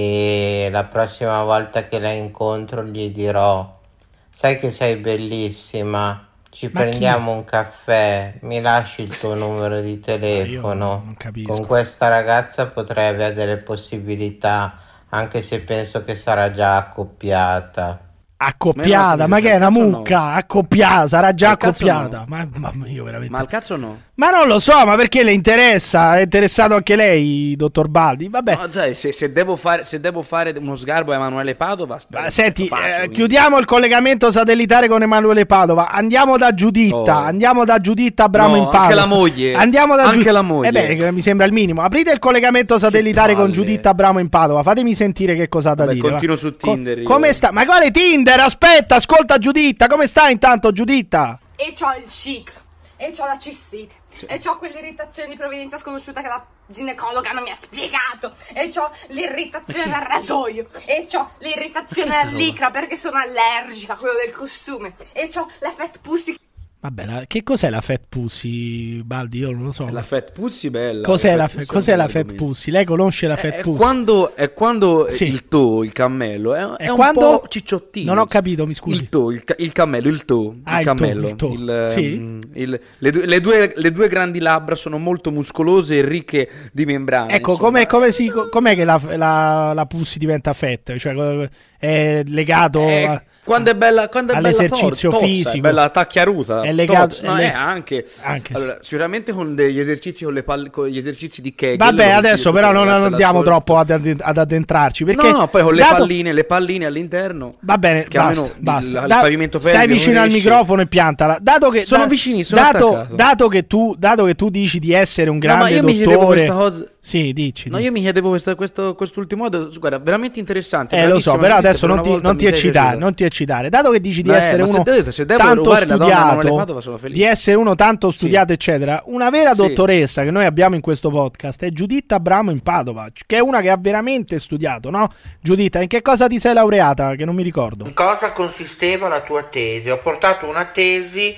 e la prossima volta che la incontro gli dirò: sai che sei bellissima, ci Ma prendiamo un caffè, mi lasci il tuo numero di telefono. non capisco. Con questa ragazza potrei avere delle possibilità, anche se penso che sarà già accoppiata. Accoppiata, ma che è una cazzo no. mucca? Accoppiata, sarà già Al cazzo accoppiata. Ma, ma io veramente. Ma al cazzo no? Ma non lo so, ma perché le interessa? È interessato anche lei, dottor Baldi? Vabbè. No, sai, se, se devo fare, se devo fare uno sgarbo a Emanuele Padova, spero Ma che senti, lo faccio, eh, quindi. chiudiamo il collegamento satellitare con Emanuele Padova. Andiamo da Giuditta. Oh. Andiamo da Giuditta Abramo No, in Padova. anche la moglie. Andiamo da Anche Giu- la moglie. Eh beh, che mi sembra il minimo. Aprite il collegamento satellitare con palle. Giuditta Abramo in Padova. Fatemi sentire che cosa ha da Vabbè, dire. continuo va. su Co- Tinder, io. come sta? Ma quale Tinder? Aspetta, ascolta Giuditta. Come sta intanto Giuditta? E c'ho il chic, e c'ho la cistite, e c'ho quell'irritazione di provenienza sconosciuta che la ginecologa non mi ha spiegato, e c'ho l'irritazione al rasoio, e c'ho l'irritazione Ma che sta all'icra perché sono allergica a quello del costume, e c'ho la fat pussy. Vabbè, la, che cos'è la fat pussy, Baldi? Io non lo so. La fat pussy bella. Cos'è la la, fat, cos'è la fat pussy? Lei conosce la fat è pussy? Quando, è quando Sì. il toe, il cammello, è, è, È un quando? po' cicciottino. Non ho capito, mi scusi. Il toe, il, ca- il cammello, il toe, Ah, il il toe, cammello. il toe. Il, Sì. mm, il- le, due, le, due, le due grandi labbra sono molto muscolose e ricche di membrane. Ecco, insomma. come, come si, com'è che la, la, la pussy diventa fat? Cioè, è legato Eh, a- Quando è bella, quando è bella all'esercizio tor- tozza, fisico. è bella tacchiaruta, È legato- tozza, no, è le- eh, anche, anche sì. allora, sicuramente con degli esercizi con, le palle, con gli esercizi di Kegel. Vabbè, lo adesso consiglio però tutti, non ragazzi, andiamo all'ascolto. troppo ad, ad- ad addentrarci. Perché No, no, poi con le dato- palline, le palline all'interno. Va bene, che basta, almeno basta. il, il Da- pavimento stai pelvico vicino non al riesce- microfono e piantala. Dato che, Sono da- vicini, sono dato, attaccato. dato che tu, dato che tu dici di essere un No, ma grande io mi chiedevo dottore, questa cosa. sì, dici. No, dici. io mi chiedevo questa, questo, quest'ultimo modo, guarda, veramente interessante. Eh, lo so, bravissima però notizia, adesso per non una ti, volta non ti mi sei eccitare, piaciuta. non ti eccitare. Dato che dici di Beh, essere ma se uno devo- se devo tanto rubare la donna a Emanuele studiato, Padova, sono felice. di essere uno tanto studiato, Sì. eccetera, una vera Sì. dottoressa che noi abbiamo in questo podcast è Giuditta Abramo in Padova, che è una che ha veramente studiato, no? Giuditta, in che cosa ti sei laureata? Che non mi ricordo. In cosa consisteva la tua tesi? Ho portato una tesi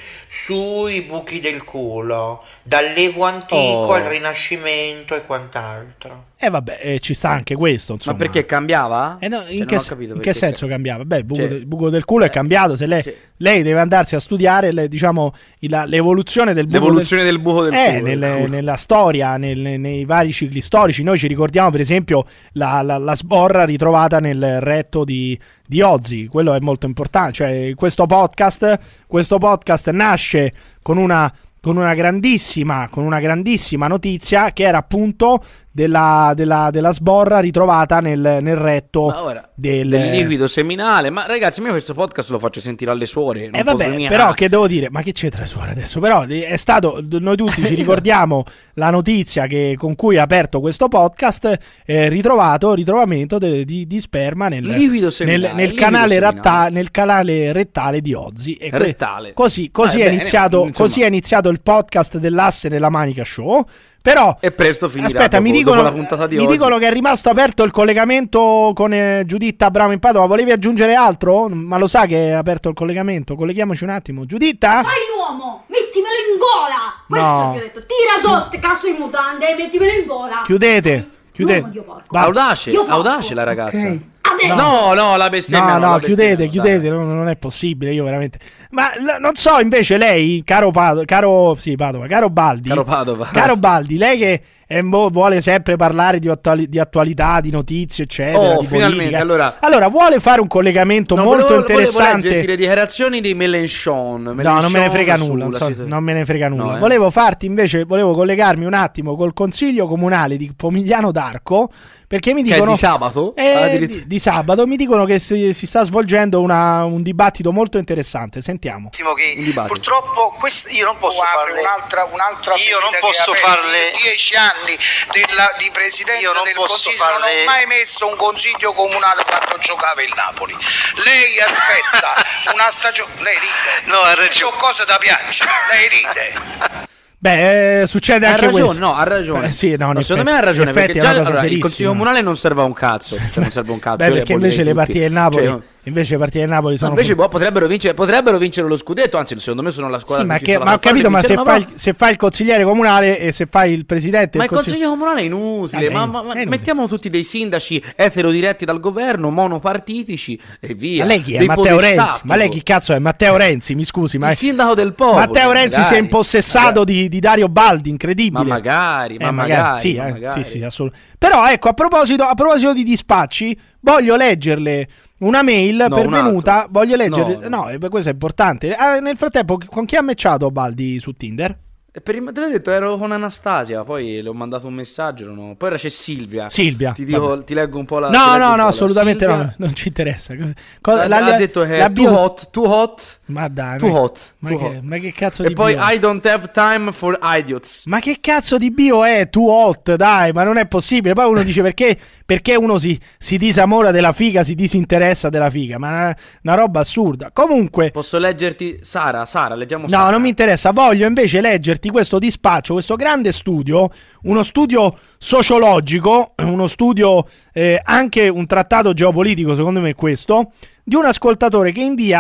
sui buchi del culo, dall'Evo antico Oh. al Rinascimento e quant'altro. E eh, vabbè, eh, ci sta anche questo, insomma. Ma perché cambiava? Eh no, Cioè, in non che, ho capito in perché che senso cambiava? Beh, il buco, Cioè- del, il buco del culo è cambiato. Se lei, Sì. lei deve andarsi a studiare, le- diciamo, il- l'evoluzione del buco L'evoluzione del buco del eh, culo, del nelle- culo. nella storia, nel- nei vari cicli storici. Noi ci ricordiamo, per esempio, la, la- la sborra ritrovata nel retto di, di Ozzy. Quello è molto importante. Cioè, questo podcast, questo podcast nasce con una. Con una grandissima, con una grandissima notizia che era appunto della, della, della sborra ritrovata nel, nel retto Ma ora, del, del liquido seminale. Ma ragazzi, io questo podcast lo faccio sentire alle suore. Eh non vabbè, posso mica- però che devo dire? Ma che c'entra le suore adesso? Però è stato, noi tutti ci ricordiamo la notizia che, con cui è aperto questo podcast, eh, ritrovato, ritrovamento de- di, di sperma nel, Liquido seminale, nel, nel liquido canale seminale. ratta- nel canale rettale di Ozzy. E que- Rettale. Così, così, Ah, è bene, iniziato, insomma. così è iniziato il podcast dell'asse nella Manica Show. Però E presto finirà. aspetta, dopo, mi, dopo dicono, la puntata di mi oggi. dicono che è rimasto aperto il collegamento con eh, Giuditta Abramo in Padova. Volevi aggiungere altro? Ma lo sa che è aperto il collegamento? Colleghiamoci un attimo. Giuditta? Fai l'uomo, mettimelo in gola. Questo No. ti ho detto. Tira so ste cazzo in mutande e mettimelo in gola. Chiudete. Chiudete. L'uomo, Dio porco. Va- Audace, Io porco. audace la ragazza. Adesso. No, no, la bestemmia. No, no, la bestemmia chiudete, no, chiudete, non, non è possibile, io veramente. Ma l- non so invece lei, caro Padova, caro, sì, Padova, caro Baldi, Caro Padova. caro Baldi, lei che eh, mo- vuole sempre parlare di, attuali- di attualità, di notizie, eccetera, Oh, di finalmente, politica. allora- Allora, vuole fare un collegamento No, molto volevo, volevo interessante. leggerti le dichiarazioni di Mélenchon. No, non me ne frega Mélenchon nulla, non, so- sulla situ- non me ne frega nulla. No, eh. Volevo farti invece, volevo collegarmi un attimo col consiglio comunale di Pomigliano d'Arco, perché mi Che è dicono di sabato? Eh, Addirittura. di, di sabato mi dicono che si, si sta svolgendo una- un dibattito molto interessante. Sentiamo. Che Un dibattito. purtroppo quest- io non posso farle un'altra, un'altra io non ferita che posso è aperta. farle In dieci anni della- di presidenza Io non del posso consiglio non farle- ho mai messo un consiglio comunale quando giocava il Napoli. Lei aspetta una stagione, lei ride, No, ha ragione. sono cose da piangere, lei ride. Beh, eh, succede Ha anche ragione, questo. no, ha ragione. Eh, sì, no, in No, secondo effetti- me ha ragione in effetti perché è già una cosa allora, il serissima. consiglio comunale non serve a un cazzo, cioè non serve a un cazzo. Beh, io le perché voglio invece dire le tutti. partite del Napoli, Cioè, invece le partite del Napoli no, sono invece boh, potrebbero, vincere, potrebbero vincere lo scudetto, anzi secondo me sono la squadra Sì, ma, più che, titolata ma ho a farle capito, ma se vincere, fai, no, il- se fai il consigliere comunale e se fai il presidente Ma del il consiglio comunale è inutile, Vabbè, ma, è ma- ma inutile. mettiamo tutti dei sindaci eterodiretti dal governo, monopartitici e via. Ma lei chi è? Dei Matteo podestati, Renzi? Ma lei chi cazzo è? Matteo Renzi, mi scusi, ma Il sindaco del popolo. Matteo Renzi si è magari. impossessato di, di Dario Baldi, incredibile. Ma magari, ma Eh, magari, sì, ma eh, magari. sì, sì, assolutamente. Però ecco, a proposito, a proposito di dispacci, voglio leggerle una mail No, pervenuta, voglio leggere, No, no, no. eh, beh, questo è importante. Ah, nel frattempo, con chi ha matchato Baldi su Tinder? E prima te l'ho detto, ero con Anastasia, poi le ho mandato un messaggio, non ho- poi ora c'è Silvia. Silvia, Ti, dico, vabbè. ti leggo un po' la... ti No, leggo un no, po' no, la assolutamente Silvia. no, non ci interessa. Co- Ha, la- ha la- detto che la è bio- too hot, too hot. Ma dai, Too ma, hot, ma, too che, hot. ma che cazzo E di poi bio è? I don't have time for idiots. Ma che cazzo di bio è? Too hot, dai, ma non è possibile. Poi uno dice perché, perché uno si, si disamora della figa, si disinteressa della figa, ma è una, una roba assurda. Comunque, Posso leggerti Sara, Sara, leggiamo no, Sara. non mi interessa. Voglio invece leggerti questo dispaccio, questo grande studio, uno studio sociologico, uno studio, eh, anche un trattato geopolitico, secondo me è questo, di un ascoltatore che invia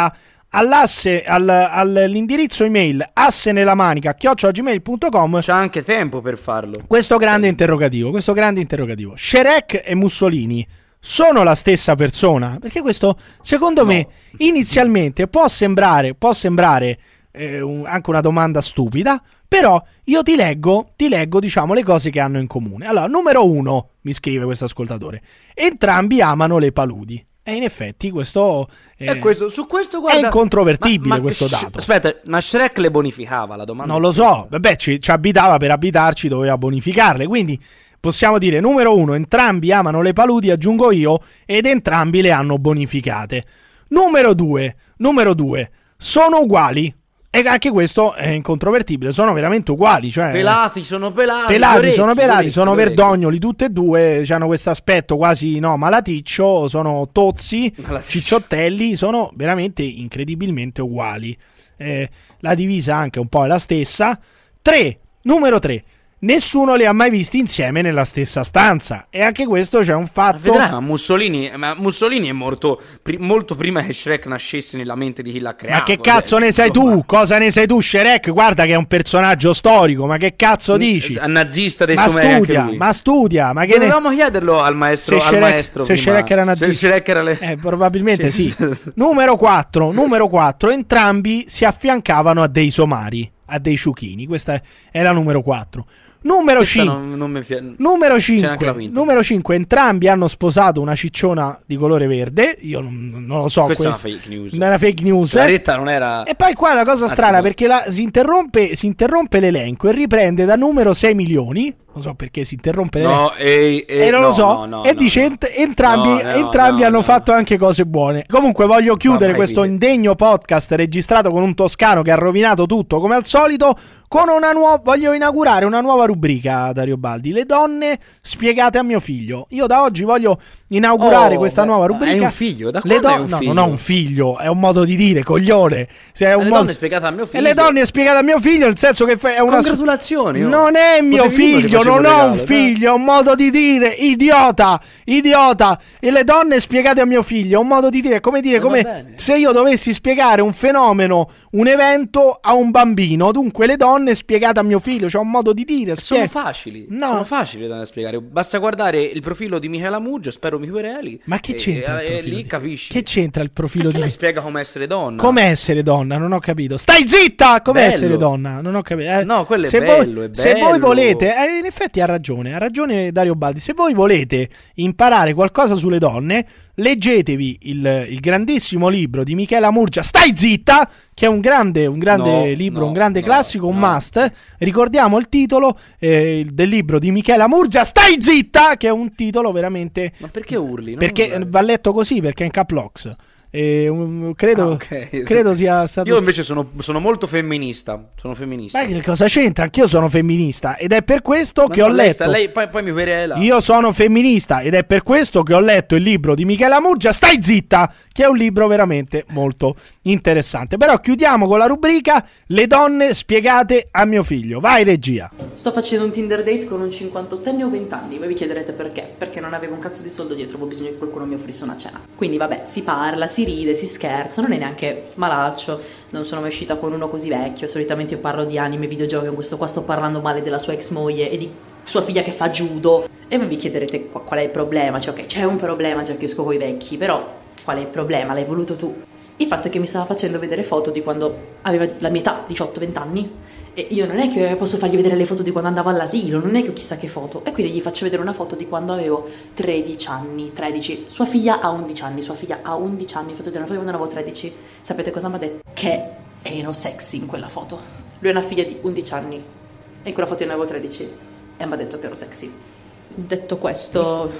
all'asse, al, all'indirizzo email asse nella manica chiocciola gmail punto com. C'ha anche tempo per farlo. Questo grande interrogativo, questo grande interrogativo. Shrek e Mussolini sono la stessa persona? Perché questo, secondo no. me, inizialmente può sembrare, può sembrare eh, un, anche una domanda stupida, però io ti leggo, ti leggo, diciamo, le cose che hanno in comune. Allora, numero uno, mi scrive questo ascoltatore, entrambi amano le paludi. E in effetti questo, eh, è, questo, su questo, guarda, è incontrovertibile, ma, ma questo sh- dato. Aspetta, ma Shrek le bonificava? La domanda non lo so, vabbè, ci, ci abitava, per abitarci doveva bonificarle, quindi possiamo dire, numero uno, entrambi amano le paludi, aggiungo io, ed entrambi le hanno bonificate. Numero due, numero due, sono uguali. E anche questo è incontrovertibile, sono veramente uguali, cioè pelati, sono pelati, pelati orecchi, sono pelati, orecchi, sono orecchi. verdognoli tutti e due, hanno questo aspetto quasi no malaticcio, sono tozzi, malaticcio. Cicciottelli, sono veramente incredibilmente uguali. Eh, la divisa anche un po' è la stessa. Tre, numero tre. Nessuno li ha mai visti insieme nella stessa stanza. E anche questo c'è un fatto. Vedrai, ma Mussolini, ma Mussolini è morto pri- molto prima che Shrek nascesse nella mente di chi l'ha creato. Ma che cazzo cioè, ne sai insomma. tu? Cosa ne sai tu? Shrek, guarda che è un personaggio storico. Ma che cazzo dici? N- nazista dei ma Sumeri, studia, anche lui. ma studia. Ma che Dovevamo ne... chiederlo al maestro. Se al Shrek, maestro se prima. Shrek era nazista. Se Shrek era le... eh, probabilmente sì. sì. Numero quattro. Numero quattro. Entrambi si affiancavano a dei somari, a dei ciuchini. Questa è la numero quattro. Numero cinque, non, non mi fia... numero cinque, numero cinque, entrambi hanno sposato una cicciona di colore verde. Io non, non lo so. Questa questo, è una fake news. Non era fake news. La retta non era. E poi qua è una cosa Anzi, strana no. perché la, si, interrompe, si interrompe l'elenco e riprende da numero sei milioni. Non so perché si interrompe l'elenco. No, e, e, e non no, lo so. no, no, e no, dice no. ent- entrambi, No, no, entrambi no, hanno no. fatto anche cose buone. Comunque voglio chiudere questo vide. indegno podcast registrato con un toscano che ha rovinato tutto come al solito. Con una nuova, voglio inaugurare una nuova rubrica, Dario Baldi. Le donne spiegate a mio figlio. Io da oggi voglio inaugurare Oh, questa beh, nuova rubrica. Hai un figlio? Da le quando do- hai un no, figlio? non ho un figlio, è un modo di dire, coglione. Se è un le modo... donne spiegate a mio figlio. E le donne spiegate a mio figlio, nel senso che è una. Congratulazioni. oh. Non è mio Potevi dirlo che figlio, facevo non un ho un regalo, figlio, è un modo di dire, idiota, idiota. E le donne spiegate a mio figlio, è un modo di dire, è come dire, Eh, va come bene. se io dovessi spiegare un fenomeno, un evento a un bambino. Dunque le donne spiegate a mio figlio, c'è un modo di dire. Sono spie- facili, No. sono facili da spiegare. Basta guardare il profilo di Michela Muggio, spero mi quereli. Ma che e- c'entra? il E, e profilo lì di- capisci. Che c'entra il profilo Perché di lei spiega come essere donna. Come essere donna? Non ho capito. Stai zitta! Come Bello. essere donna? Non ho capito. Eh, No, quello è se bello, voi, è Se voi bello. volete, eh, in effetti ha ragione, ha ragione Dario Baldi. Se voi volete imparare qualcosa sulle donne, leggetevi il, il grandissimo libro di Michela Murgia, Stai zitta! Che è un grande, un grande No, libro, no, un grande no, classico, un no. must. Ricordiamo il titolo eh, del libro di Michela Murgia, Stai zitta! Che è un titolo veramente. Ma perché urli? Non Perché urlare. va letto così, perché è in cap locks. E, um, credo, Ah, ok. credo sia stato. Io invece sono, sono molto femminista. Sono femminista. Ma che cosa c'entra? Anch'io sono femminista ed è per questo Ma che no, ho lei letto. sta- lei, poi, poi mi querela. Io sono femminista ed è per questo che ho letto il libro di Michela Murgia, Stai zitta, che è un libro veramente molto interessante. Però chiudiamo con la rubrica Le donne spiegate a mio figlio. Vai regia. Sto facendo un Tinder date con un cinquantottenne o vent'anni. Voi vi chiederete perché? Perché non avevo un cazzo di soldo dietro, avevo bisogno che qualcuno mi offrisse una cena. Quindi vabbè, si parla, si ride, si scherza, non è neanche malaccio. Non sono mai uscita con uno così vecchio. Solitamente io parlo di anime, videogiochi, con questo qua sto parlando male della sua ex moglie e di sua figlia che fa judo. E voi vi chiederete qu- qual è il problema. Cioè ok, c'è un problema già che esco con i vecchi, però qual è il problema? L'hai voluto tu. Il fatto è che mi stava facendo vedere foto di quando aveva la mia età, diciotto venti anni. E io non è che posso fargli vedere le foto di quando andavo all'asilo, non è che ho chissà che foto. E quindi gli faccio vedere una foto di quando avevo tredici anni, tredici. Sua figlia ha undici anni, sua figlia ha undici anni. Faccio vedere una foto di quando avevo tredici. Sapete cosa mi ha detto? Che ero sexy in quella foto. Lui è una figlia di undici anni e in quella foto io ne avevo tredici. E mi ha detto che ero sexy. Detto questo,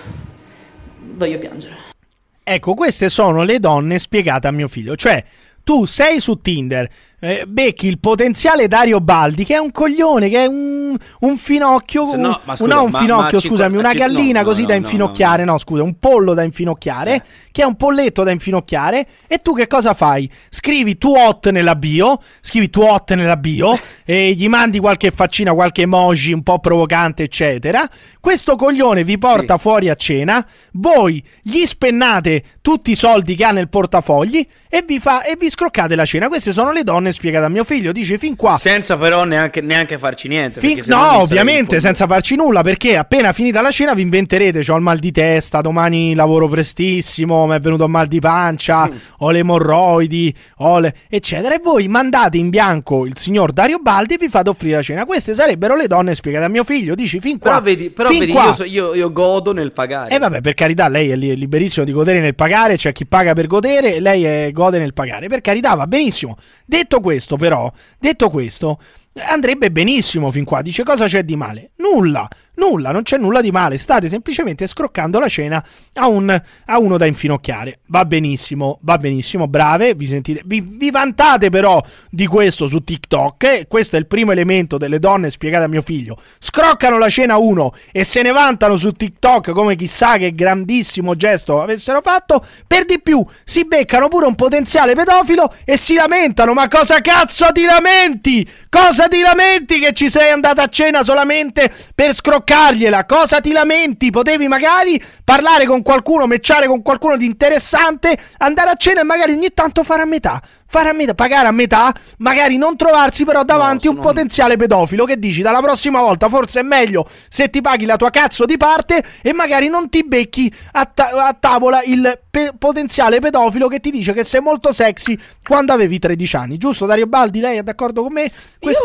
voglio piangere. Ecco, queste sono le donne spiegate a mio figlio. Cioè, tu sei su Tinder, eh, becchi il potenziale Dario Baldi, che è un coglione, che è un, un finocchio, Se no, un, scusa, no un ma- finocchio, ma ci- scusami, una ci- gallina no, così no, da no, infinocchiare, no, scusa, un pollo da infinocchiare, Eh. che è un polletto da infinocchiare, e tu che cosa fai? Scrivi tu hot nella bio, scrivi tu hot nella bio e gli mandi qualche faccina, qualche emoji un po' provocante, eccetera. Questo coglione vi porta fuori a cena, voi gli spennate tutti i soldi che ha nel portafogli e vi fa e vi scroccate la cena. Queste sono le donne spiegate a mio figlio. Dice fin qua. Senza però neanche, neanche farci niente. Fin- perché se no mi no, sarei ovviamente un po'- senza farci nulla, perché appena finita la cena vi inventerete: c'ho il mal di testa, domani lavoro prestissimo, mi è venuto un mal di pancia, ho le emorroidi, ho le... eccetera. E voi mandate in bianco il signor Dario Baldi e vi fate offrire la cena. Queste sarebbero le donne spiegate a mio figlio. Dici fin qua. Però vedi, però fin vedi qua. io, so- io, io godo nel pagare. E vabbè, per carità, lei è li- liberissimo di godere nel pagare, c'è chi paga per godere e lei è- gode nel pagare. Per carità, va benissimo. Detto questo, però, detto questo, andrebbe benissimo fin qua. Dice, cosa c'è di male? Nulla, nulla, non c'è nulla di male. State semplicemente scroccando la cena a, un, a uno da infinocchiare. Va benissimo, va benissimo, brave, vi sentite, vi, vi vantate però di questo su TikTok. Eh? Questo è il primo elemento delle donne spiegate a mio figlio. Scroccano la cena uno e se ne vantano su TikTok come chissà che grandissimo gesto avessero fatto. Per di più, si beccano pure un potenziale pedofilo e si lamentano. Ma cosa cazzo ti lamenti? Cosa ti lamenti che ci sei andata a cena solamente per scroccargliela? Cosa ti lamenti? Potevi magari parlare con qualcuno, matchare con qualcuno di interessante, andare a cena e magari ogni tanto fare a metà. Fare a metà, pagare a metà, magari non trovarsi però davanti No, un sono- potenziale pedofilo che dici dalla prossima volta forse è meglio se ti paghi la tua cazzo di parte e magari non ti becchi a, ta- a tavola il pe- potenziale pedofilo che ti dice che sei molto sexy quando avevi tredici anni. Giusto Dario Baldi? Lei è d'accordo con me?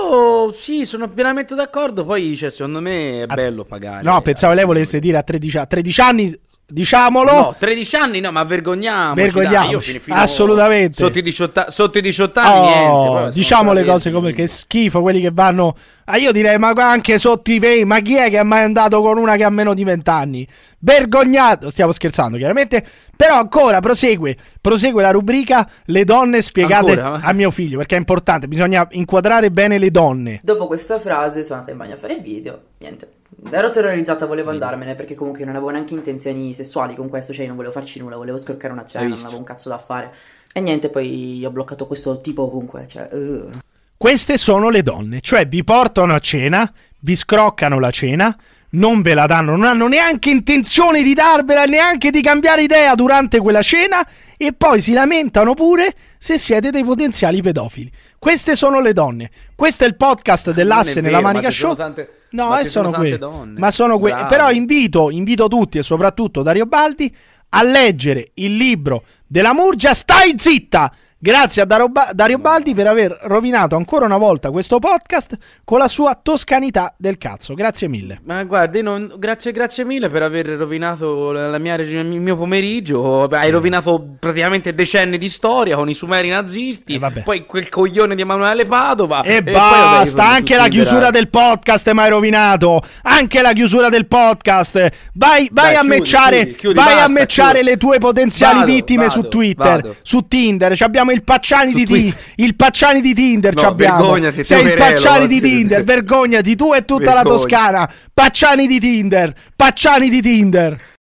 Io sì, sono pienamente d'accordo. Poi, cioè, secondo me è bello pagare. No, pensavo lei volesse dire a tredici, a tredici anni, diciamolo. No, tredici anni no, ma vergogniamoci. Vergogniamoci, dai, io fino- fino- assolutamente. Sotto i diciotto, sotto i diciotto anni Oh, niente. poi sono diciamo le stati- cose come che schifo quelli che vanno. Ah, io direi ma anche sotto i venti, ma chi è che è mai andato con una che ha meno di venti anni? Vergognato, stiamo scherzando chiaramente, però ancora prosegue, prosegue la rubrica le donne spiegate Ancora? a mio figlio, perché è importante, bisogna inquadrare bene le donne. Dopo questa frase sono andata in bagno a fare il video, niente. Ero terrorizzata, volevo andarmene perché comunque non avevo neanche intenzioni sessuali con questo, cioè non volevo farci nulla, volevo scroccare una cena, Hai non visto? avevo un cazzo da fare. E niente, poi ho bloccato questo tipo ovunque, cioè... uh. Queste sono le donne, cioè vi portano a cena, vi scroccano la cena, non ve la danno, non hanno neanche intenzione di darvela, neanche di cambiare idea durante quella cena e poi si lamentano pure se siete dei potenziali pedofili. Queste sono le donne. Questo è il podcast dell'Asse Non è nella vero, Manica ma ci sono Show. tante- no, ma e ci sono, sono tante que- donne. ma sono que- Bravi. però invito, invito tutti e soprattutto Dario Baldi a leggere il libro della Murgia. Stai zitta! Grazie a Dario, ba- Dario Baldi per aver rovinato ancora una volta questo podcast con la sua toscanità del cazzo. Grazie mille. Ma guardi, non- grazie, grazie mille per aver rovinato la, la mia, reg- il mio pomeriggio. Hai rovinato praticamente decenni di storia con i sumeri nazisti. Poi quel coglione di Emanuele Padova. E, poi, vabbè, basta, io anche la tutti chiusura liberati. del podcast mi hai rovinato. Anche la chiusura del podcast. Vai, vai Dai, a chiudi, matchare, chiudi, chiudi, vai a basta, matchare chiudi. le tue potenziali Vado, vittime su vado, Twitter, vado. su Tinder. Ci abbiamo il Pacciani Su di Ti- Twitter. il Pacciani di Tinder. No, ci abbiamo. vergognati, Sei il Teoverello, Pacciani di no? Tinder. Vergognati tu e tutta la Vergogna. Toscana. Pacciani di Tinder. Pacciani di Tinder.